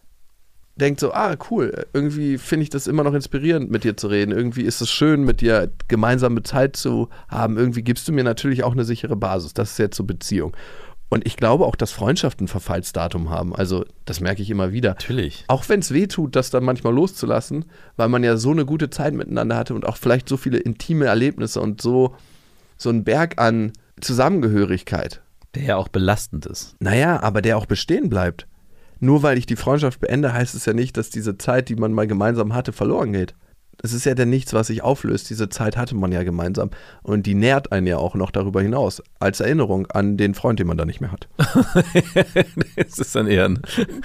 denkt so, ah cool, irgendwie finde ich das immer noch inspirierend, mit dir zu reden. Irgendwie ist es schön, mit dir gemeinsame Zeit zu haben. Irgendwie gibst du mir natürlich auch eine sichere Basis. Das ist jetzt so Beziehung. Und ich glaube auch, dass Freundschaften ein Verfallsdatum haben. Also das merke ich immer wieder. Natürlich. Auch wenn es weh tut, das dann manchmal loszulassen, weil man ja so eine gute Zeit miteinander hatte und auch vielleicht so viele intime Erlebnisse und so, so ein Berg an Zusammengehörigkeit. Der ja auch belastend ist. Naja, aber der auch bestehen bleibt. Nur weil ich die Freundschaft beende, heißt es ja nicht, dass diese Zeit, die man mal gemeinsam hatte, verloren geht. Es ist ja dann nichts, was sich auflöst. Diese Zeit hatte man ja gemeinsam. Und die nährt einen ja auch noch darüber hinaus. Als Erinnerung an den Freund, den man da nicht mehr hat. Das ist dann eher ein...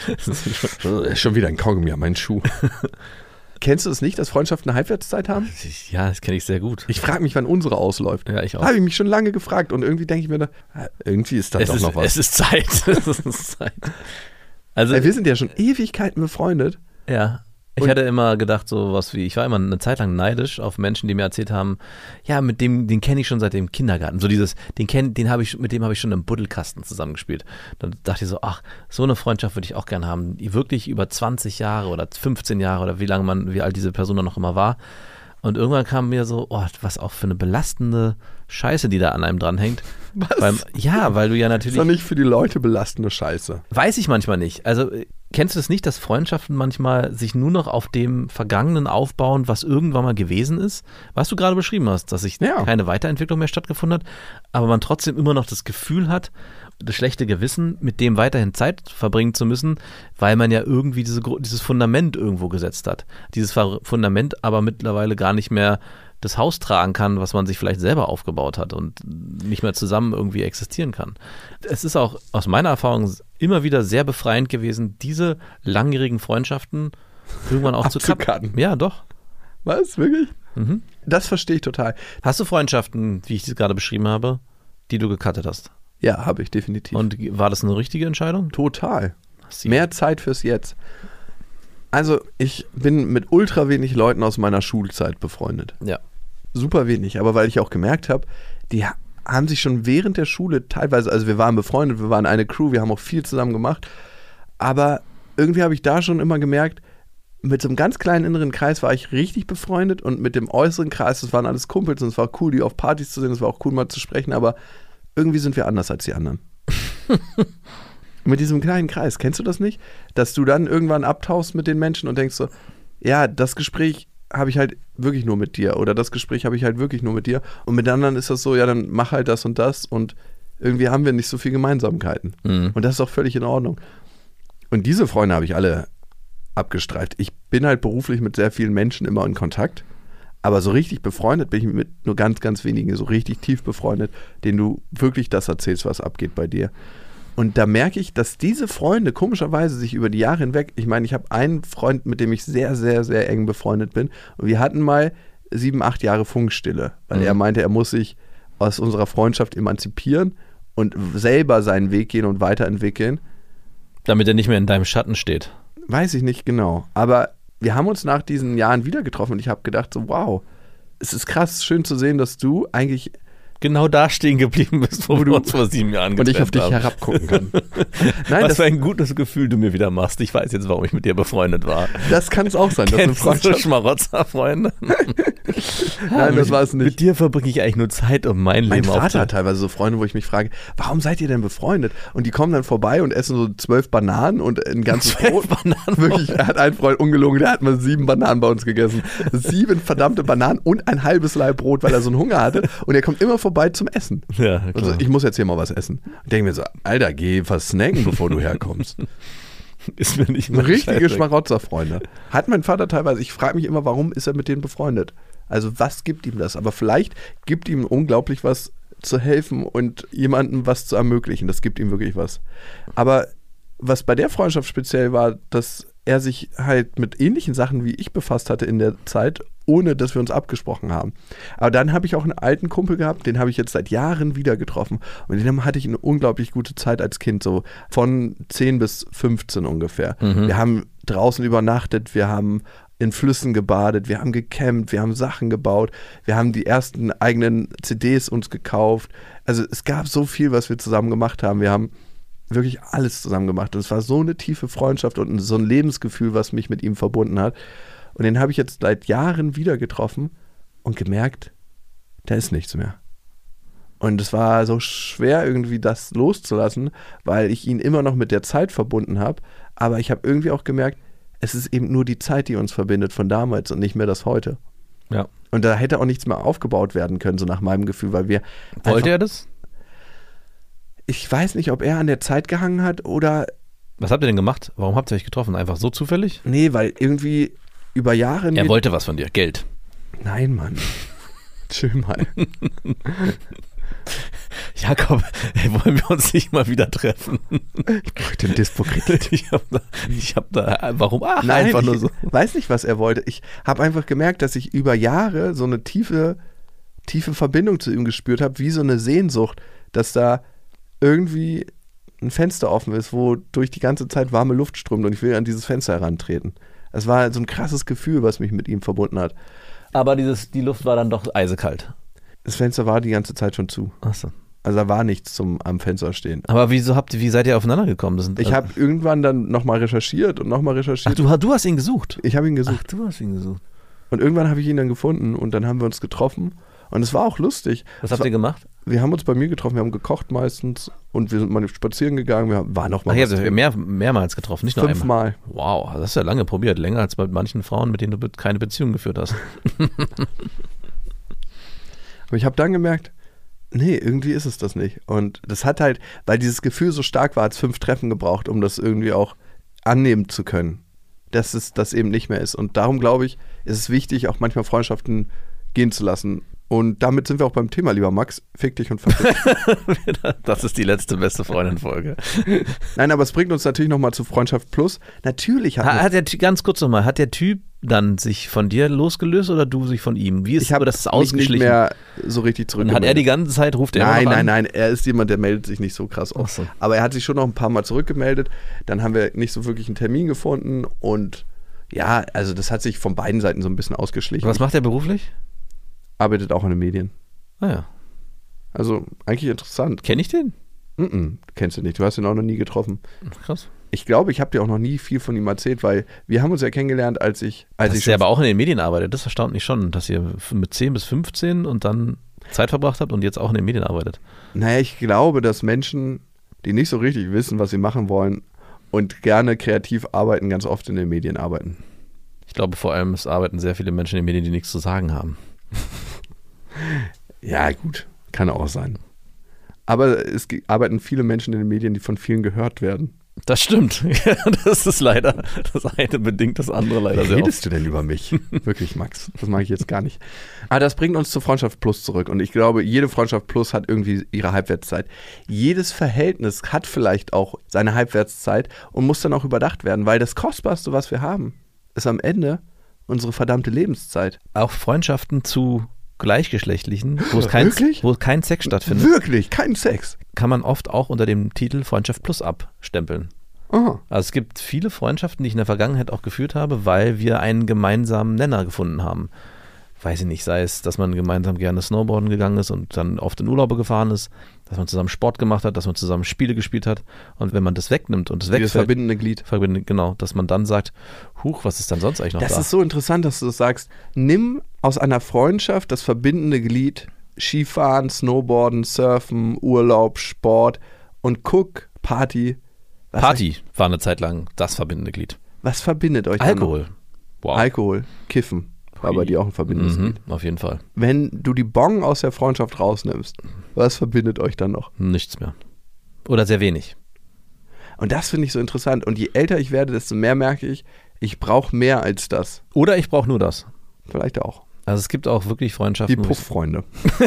Schon wieder ein Kaugummi an meinen Schuh. Kennst du es nicht, dass Freundschaften eine Halbwertszeit haben? Ja, das kenne ich sehr gut. Ich frage mich, wann unsere ausläuft. Ja, ich auch. Habe ich mich schon lange gefragt. Und irgendwie denke ich mir, da, irgendwie ist da es doch ist, noch was. Es ist Zeit. Es ist Zeit. Also, wir sind ja schon Ewigkeiten befreundet. Ja, ich und hatte immer gedacht, so was wie, ich war immer eine Zeit lang neidisch auf Menschen, die mir erzählt haben, ja, mit dem, den kenne ich schon seit dem Kindergarten. So dieses, den kenn, den habe ich, mit dem habe ich schon im Buddelkasten zusammengespielt. Dann dachte ich so, ach, so eine Freundschaft würde ich auch gerne haben, die wirklich über zwanzig Jahre oder fünfzehn Jahre oder wie lange man, wie alt diese Person dann noch immer war. Und irgendwann kam mir so, oh, was auch für eine belastende Scheiße, die da an einem dranhängt. Was? Beim, ja, weil du ja natürlich... Das ist doch nicht für die Leute belastende Scheiße. Weiß ich manchmal nicht. Also kennst du das nicht, dass Freundschaften manchmal sich nur noch auf dem Vergangenen aufbauen, was irgendwann mal gewesen ist? Was du gerade beschrieben hast, dass sich ja. keine Weiterentwicklung mehr stattgefunden hat, aber man trotzdem immer noch das Gefühl hat, das schlechte Gewissen, mit dem weiterhin Zeit verbringen zu müssen, weil man ja irgendwie diese, dieses Fundament irgendwo gesetzt hat. Dieses Fundament aber mittlerweile gar nicht mehr das Haus tragen kann, was man sich vielleicht selber aufgebaut hat und nicht mehr zusammen irgendwie existieren kann. Es ist auch aus meiner Erfahrung immer wieder sehr befreiend gewesen, diese langjährigen Freundschaften irgendwann auch zu cutten. Ja, doch. Was? Wirklich? Mhm. Das verstehe ich total. Hast du Freundschaften, wie ich sie gerade beschrieben habe, die du gecuttet hast? Ja, habe ich definitiv. Und war das eine richtige Entscheidung? Total. Sie. Mehr Zeit fürs Jetzt. Also ich bin mit ultra wenig Leuten aus meiner Schulzeit befreundet. Ja. Super wenig, aber weil ich auch gemerkt habe, die haben sich schon während der Schule teilweise, also wir waren befreundet, wir waren eine Crew, wir haben auch viel zusammen gemacht, aber irgendwie habe ich da schon immer gemerkt, mit so einem ganz kleinen inneren Kreis war ich richtig befreundet und mit dem äußeren Kreis, das waren alles Kumpels und es war cool, die auf Partys zu sehen, es war auch cool mal zu sprechen, aber irgendwie sind wir anders als die anderen. Mit diesem kleinen Kreis. Kennst du das nicht? Dass du dann irgendwann abtauchst mit den Menschen und denkst so, ja, das Gespräch habe ich halt wirklich nur mit dir oder das Gespräch habe ich halt wirklich nur mit dir und mit anderen ist das so, ja, dann mach halt das und das und irgendwie haben wir nicht so viel Gemeinsamkeiten. Mhm. Und das ist auch völlig in Ordnung. Und diese Freunde habe ich alle abgestreift. Ich bin halt beruflich mit sehr vielen Menschen immer in Kontakt, aber so richtig befreundet bin ich mit nur ganz, ganz wenigen, so richtig tief befreundet, denen du wirklich das erzählst, was abgeht bei dir. Und da merke ich, dass diese Freunde komischerweise sich über die Jahre hinweg, ich meine, ich habe einen Freund, mit dem ich sehr, sehr, sehr eng befreundet bin und wir hatten mal sieben, acht Jahre Funkstille, weil mhm. er meinte, er muss sich aus unserer Freundschaft emanzipieren und selber seinen Weg gehen und weiterentwickeln. Damit er nicht mehr in deinem Schatten steht. Weiß ich nicht genau, aber wir haben uns nach diesen Jahren wieder getroffen und ich habe gedacht so, wow, es ist krass, schön zu sehen, dass du eigentlich genau da stehen geblieben bist, wo, wo wir uns vor sieben Jahren getrennt haben. Und ich auf dich herabgucken kann. Nein, was für ein gutes Gefühl du mir wieder machst. Ich weiß jetzt, warum ich mit dir befreundet war. Das kann es auch sein. Kennst du so Schmarotzer-Freunde? Nein, das war es nicht. Mit dir verbringe ich eigentlich nur Zeit, um mein, mein Leben aufzunehmen. Mein Vater hat teilweise so Freunde, wo ich mich frage, warum seid ihr denn befreundet? Und die kommen dann vorbei und essen so zwölf Bananen und ein ganzes Brot. Bananen wirklich, er hat einen Freund ungelogen, der hat mal sieben Bananen bei uns gegessen. Sieben verdammte Bananen und ein halbes Laib Brot, weil er so einen Hunger hatte. Und er kommt immer vorbei zum Essen. Ja, klar. Also ich muss jetzt hier mal was essen. Ich denke mir so, Alter, geh was snacken, bevor du herkommst. Ist mir nicht mehr richtige Schmarotzer-Freunde. Hat mein Vater teilweise, ich frage mich immer, warum ist er mit denen befreundet? Also was gibt ihm das? Aber vielleicht gibt ihm unglaublich was zu helfen und jemandem was zu ermöglichen. Das gibt ihm wirklich was. Aber was bei der Freundschaft speziell war, dass er sich halt mit ähnlichen Sachen wie ich befasst hatte in der Zeit, ohne dass wir uns abgesprochen haben. Aber dann habe ich auch einen alten Kumpel gehabt, den habe ich jetzt seit Jahren wieder getroffen. Und mit dem hatte ich eine unglaublich gute Zeit als Kind, so von zehn bis fünfzehn ungefähr. Mhm. Wir haben draußen übernachtet, wir haben in Flüssen gebadet, wir haben gecampt, wir haben Sachen gebaut, wir haben die ersten eigenen C Ds uns gekauft. Also es gab so viel, was wir zusammen gemacht haben. Wir haben wirklich alles zusammen gemacht. Und es war so eine tiefe Freundschaft und so ein Lebensgefühl, was mich mit ihm verbunden hat. Und den habe ich jetzt seit Jahren wieder getroffen und gemerkt, da ist nichts mehr. Und es war so schwer, irgendwie das loszulassen, weil ich ihn immer noch mit der Zeit verbunden habe. Aber ich habe irgendwie auch gemerkt, es ist eben nur die Zeit, die uns verbindet von damals und nicht mehr das Heute. Ja. Und da hätte auch nichts mehr aufgebaut werden können, so nach meinem Gefühl, weil wir... Wollte er das? Ich weiß nicht, ob er an der Zeit gehangen hat oder... Was habt ihr denn gemacht? Warum habt ihr euch getroffen? Einfach so zufällig? Nee, weil irgendwie über Jahre... Er wollte was von dir, Geld. Nein, Mann. Chill mal. Jakob, ey, wollen wir uns nicht mal wieder treffen? Ich bräuchte einen Dispo-Kredit. Ich hab da, ich hab da, warum? Ach, Nein, einfach ich nur so. weiß nicht, was er wollte. Ich habe einfach gemerkt, dass ich über Jahre so eine tiefe, tiefe Verbindung zu ihm gespürt habe, wie so eine Sehnsucht, dass da irgendwie ein Fenster offen ist, wo durch die ganze Zeit warme Luft strömt und ich will an dieses Fenster herantreten. Es war so ein krasses Gefühl, was mich mit ihm verbunden hat. Aber dieses, die Luft war dann doch eisekalt. Das Fenster war die ganze Zeit schon zu. Ach so. Also da war nichts zum am Fenster stehen. Aber wieso habt ihr, wie seid ihr aufeinander gekommen? Das sind, ich habe irgendwann dann nochmal recherchiert und nochmal recherchiert. Ach, du, du hast ihn gesucht? Ich habe ihn gesucht. Ach, du hast ihn gesucht. Und irgendwann habe ich ihn dann gefunden und dann haben wir uns getroffen und es war auch lustig. Was habt ihr gemacht? Wir haben uns bei mir getroffen, wir haben gekocht meistens und wir sind mal spazieren gegangen, wir waren noch mal. Ach, ihr habt mehr, mehrmals getroffen, nicht nur Fünfmal. einmal? Wow, das hast du ja lange probiert, länger als bei manchen Frauen, mit denen du keine Beziehung geführt hast. Aber ich habe dann gemerkt, nee, irgendwie ist es das nicht. Und das hat halt, weil dieses Gefühl so stark war, hat es fünf Treffen gebraucht, um das irgendwie auch annehmen zu können, dass es das eben nicht mehr ist. Und darum, glaube ich, ist es wichtig, auch manchmal Freundschaften gehen zu lassen. Und damit sind wir auch beim Thema, lieber Max. Fick dich und verpiss dich. Das ist die letzte beste Freundin-Folge. Nein, aber es bringt uns natürlich nochmal zu Freundschaft Plus. Natürlich hat, ha, hat der ganz kurz nochmal, hat der Typ dann sich von dir losgelöst oder du sich von ihm? Wie ist ich habe das ausgeschlichen? Nicht mehr so richtig zurückgemeldet. Und hat er die ganze Zeit, ruft er Nein, immer noch nein, an? nein, er ist jemand, der meldet sich nicht so krass auf. So. Aber er hat sich schon noch ein paar Mal zurückgemeldet. Dann haben wir nicht so wirklich einen Termin gefunden und ja, also das hat sich von beiden Seiten so ein bisschen ausgeschlichen. Was macht er beruflich? Arbeitet auch in den Medien. Ah ja. Also eigentlich interessant. Kenn ich den? Mm-mm, kennst du nicht. Du hast ihn auch noch nie getroffen. Krass. Ich glaube, ich habe dir auch noch nie viel von ihm erzählt, weil wir haben uns ja kennengelernt, als ich... Als dass ich ihr aber auch in den Medien arbeitet, das erstaunt mich schon, dass ihr mit zehn bis fünfzehn und dann Zeit verbracht habt und jetzt auch in den Medien arbeitet. Naja, ich glaube, dass Menschen die nicht so richtig wissen, was sie machen wollen und gerne kreativ arbeiten, ganz oft in den Medien arbeiten. Ich glaube vor allem, es arbeiten sehr viele Menschen in den Medien, die nichts zu sagen haben. Ja, gut, kann auch sein. Aber es arbeiten viele Menschen in den Medien, die von vielen gehört werden. Das stimmt. Ja, das ist leider, das eine bedingt das andere leider Wie sehr redest oft. du denn über mich? Wirklich, Max. Das mache ich jetzt gar nicht. Aber das bringt uns zu Freundschaft Plus zurück. Und ich glaube, jede Freundschaft Plus hat irgendwie ihre Halbwertszeit. Jedes Verhältnis hat vielleicht auch seine Halbwertszeit und muss dann auch überdacht werden, weil das Kostbarste, was wir haben, ist am Ende unsere verdammte Lebenszeit. Auch Freundschaften zu Gleichgeschlechtlichen, wo es kein, Wirklich? wo kein Sex stattfindet, Wirklich, kein Sex. kann man oft auch unter dem Titel Freundschaft Plus abstempeln. Aha. Also es gibt viele Freundschaften, die ich in der Vergangenheit auch geführt habe, weil wir einen gemeinsamen Nenner gefunden haben. Weiß ich nicht, sei es, dass man gemeinsam gerne Snowboarden gegangen ist und dann oft in Urlaube gefahren ist, dass man zusammen Sport gemacht hat, dass man zusammen Spiele gespielt hat. Und wenn man das wegnimmt und das Das wegfällt, verbindende Glied. verbindet, genau, dass man dann sagt, huch, was ist dann sonst eigentlich noch Das da? ist so interessant, dass du das sagst. Nimm aus einer Freundschaft das verbindende Glied, Skifahren, Snowboarden, Surfen, Urlaub, Sport und guck, Party. Was Party war eine Zeit lang das verbindende Glied. Was verbindet euch Alkohol. dann Wow. noch? Alkohol, Kiffen. War bei dir auch ein verbindendes Mhm, Glied. auf jeden Fall. Wenn du die Bon aus der Freundschaft rausnimmst, was verbindet euch dann noch? Nichts mehr. Oder sehr wenig. Und das finde ich so interessant. Und je älter ich werde, desto mehr merke ich, ich brauche mehr als das. Oder ich brauche nur das. Vielleicht auch. Also es gibt auch wirklich Freundschaften. Die wo ich- Pufffreunde.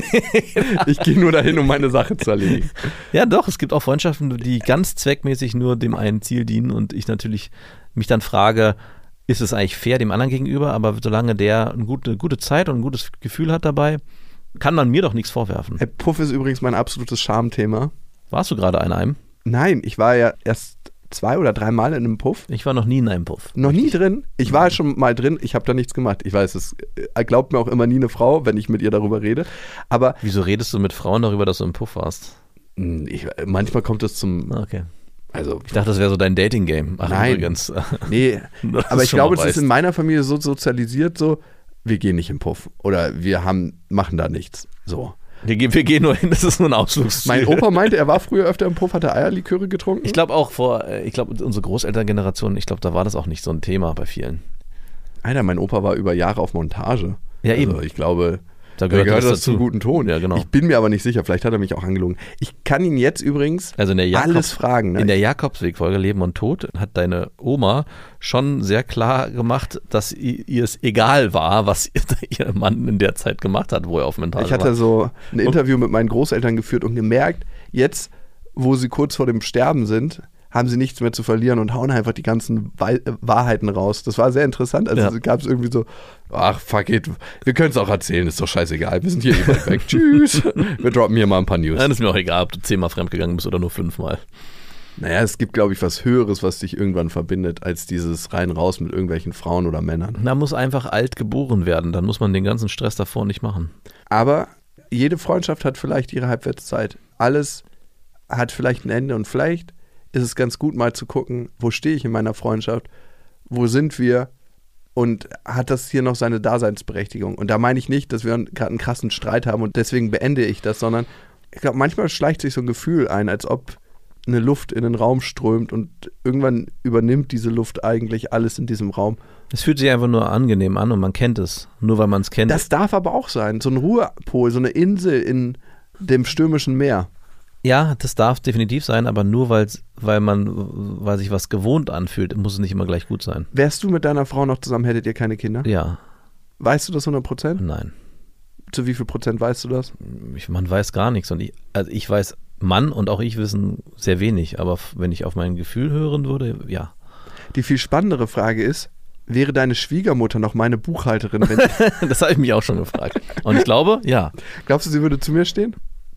Ich gehe nur dahin, um meine Sache zu erledigen. Ja, doch, es gibt auch Freundschaften, die ganz zweckmäßig nur dem einen Ziel dienen und ich natürlich mich dann frage, ist es eigentlich fair dem anderen gegenüber, aber solange der eine gute, gute Zeit und ein gutes Gefühl hat dabei, kann man mir doch nichts vorwerfen. Hey, Puff ist übrigens mein absolutes Schamthema. Warst du gerade in einem? Nein, ich war ja erst zwei oder drei Mal in einem Puff. Ich war noch nie in einem Puff. Noch nie drin. Ich war schon mal drin, ich habe da nichts gemacht. Ich weiß, es äh, glaubt mir auch immer nie eine Frau, wenn ich mit ihr darüber rede. Aber Wieso redest du mit Frauen darüber, dass du im Puff warst? mh, ich, manchmal kommt es zum, Ah, okay. also Ich dachte, das wäre so dein Dating-Game. Ach, Nein. übrigens. nee, Das aber ist ich schon glaube, mal es ist weiß. in meiner Familie so sozialisiert, so, wir gehen nicht im Puff oder wir haben, machen da nichts. So. Wir, gehen- wir gehen nur hin, das ist nur ein Ausflugsziel. Mein Opa meinte, er war früher öfter im Puff, hatte Eierliköre getrunken. Ich glaube auch vor, äh, ich glaube, unsere Großelterngeneration, ich glaube, da war das auch nicht so ein Thema bei vielen. Alter, mein Opa war über Jahre auf Montage. Ja, also eben. ich glaube, Da da gehört, gehört das das dazu. zum guten Ton. Ja, genau. Ich bin mir aber nicht sicher, vielleicht hat er mich auch angelogen. Ich kann ihn jetzt übrigens Also in der Jakob- alles fragen. Ne? In der Jakobsweg-Folge Leben und Tod hat deine Oma schon sehr klar gemacht, dass i- ihr es egal war, was ihr Mann in der Zeit gemacht hat, wo er auf Montage Ich hatte war. so ein Interview mit meinen Großeltern geführt und gemerkt, jetzt, wo sie kurz vor dem Sterben sind, haben sie nichts mehr zu verlieren und hauen einfach die ganzen Wei- äh, Wahrheiten raus. Das war sehr interessant. Also Ja. gab es irgendwie so, ach fuck it, wir können es auch erzählen, ist doch scheißegal. Wir sind hier eh weit weg. Tschüss. Wir droppen hier mal ein paar News. Dann ist mir auch egal, ob du zehnmal fremdgegangen bist oder nur fünfmal. Naja, es gibt, glaube ich, was Höheres, was dich irgendwann verbindet, als dieses rein-raus mit irgendwelchen Frauen oder Männern. Da muss einfach alt geboren werden, dann muss man den ganzen Stress davor nicht machen. Aber jede Freundschaft hat vielleicht ihre Halbwertszeit. Alles hat vielleicht ein Ende und vielleicht ist es ganz gut, mal zu gucken, wo stehe ich in meiner Freundschaft, wo sind wir und hat das hier noch seine Daseinsberechtigung. Und da meine ich nicht, dass wir gerade einen krassen Streit haben und deswegen beende ich das, sondern ich glaube, manchmal schleicht sich so ein Gefühl ein, als ob eine Luft in den Raum strömt und irgendwann übernimmt diese Luft eigentlich alles in diesem Raum. Es fühlt sich einfach nur angenehm an und man kennt es. Nur weil man es kennt. Das darf aber auch sein, so ein Ruhepol, so eine Insel in dem stürmischen Meer. Ja, das darf definitiv sein, aber nur weil's, weil man, weil sich was gewohnt anfühlt, muss es nicht immer gleich gut sein. Wärst du mit deiner Frau noch zusammen, hättet ihr keine Kinder? Ja, Weißt du das hundert Prozent? nein. Zu wie viel Prozent weißt du das? Ich, man weiß gar nichts. Und ich, also ich weiß, Mann und auch ich wissen sehr wenig, aber f- wenn ich auf mein Gefühl hören würde, ja. Die viel spannendere Frage ist, wäre deine Schwiegermutter noch meine Buchhalterin? Wenn Das habe ich mich auch schon gefragt. Und ich glaube, ja. Glaubst du, sie würde zu mir stehen?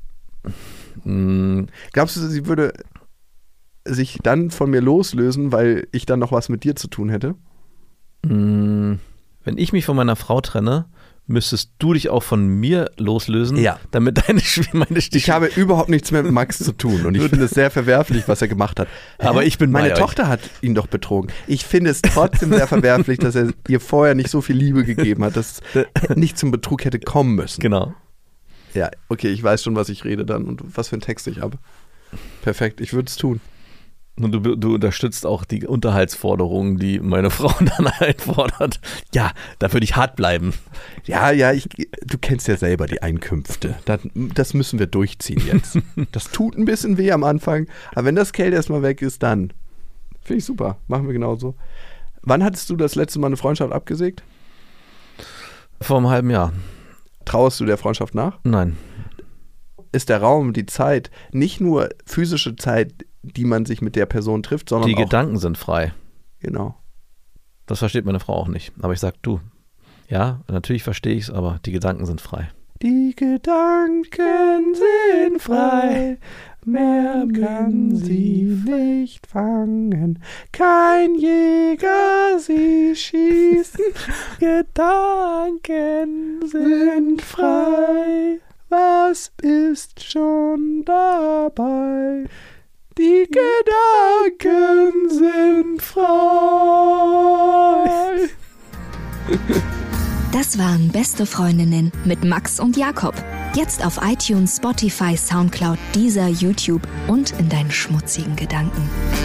Mm, Glaubst du, sie würde sich dann von mir loslösen, weil ich dann noch was mit dir zu tun hätte? mm, wenn ich mich von meiner Frau trenne, müsstest du dich auch von mir loslösen, Ja. damit deine Schwie- meine Stiche. Ich habe überhaupt nichts mehr mit Max zu tun und ich finde es sehr verwerflich, was er gemacht hat. Aber Hä? ich bin bei Meine euch. Tochter hat ihn doch betrogen. Ich finde es trotzdem sehr verwerflich, dass er ihr vorher nicht so viel Liebe gegeben hat, dass es nicht zum Betrug hätte kommen müssen. Genau. Ja, okay, ich weiß schon, was ich rede dann und was für einen Text ich habe. Perfekt, ich würde es tun. Und du, du unterstützt auch die Unterhaltsforderungen, die meine Frau dann einfordert. Ja, da würde ich hart bleiben. Ja, ja, ich, du kennst ja selber die Einkünfte. Das, das müssen wir durchziehen jetzt. Das tut ein bisschen weh am Anfang, aber wenn das Geld erstmal weg ist, dann finde ich super. Machen wir genauso. Wann hattest du das letzte Mal eine Freundschaft abgesägt? Vor einem halben Jahr. Trauerst du der Freundschaft nach? Nein. Ist der Raum, die Zeit, nicht nur physische Zeit, die man sich mit der Person trifft, sondern die auch... Die Gedanken sind frei. Genau. Das versteht meine Frau auch nicht. Aber ich sag, du, ja, natürlich verstehe ich es, aber die Gedanken sind frei. Die Gedanken sind frei, mehr kann sie nicht fangen, kein Jäger sie schießen. Gedanken sind frei, was ist schon dabei? Die Gedanken sind frei. Das waren Beste Freundinnen mit Max und Jakob. Jetzt auf iTunes, Spotify, Soundcloud, Deezer, YouTube und in deinen schmutzigen Gedanken.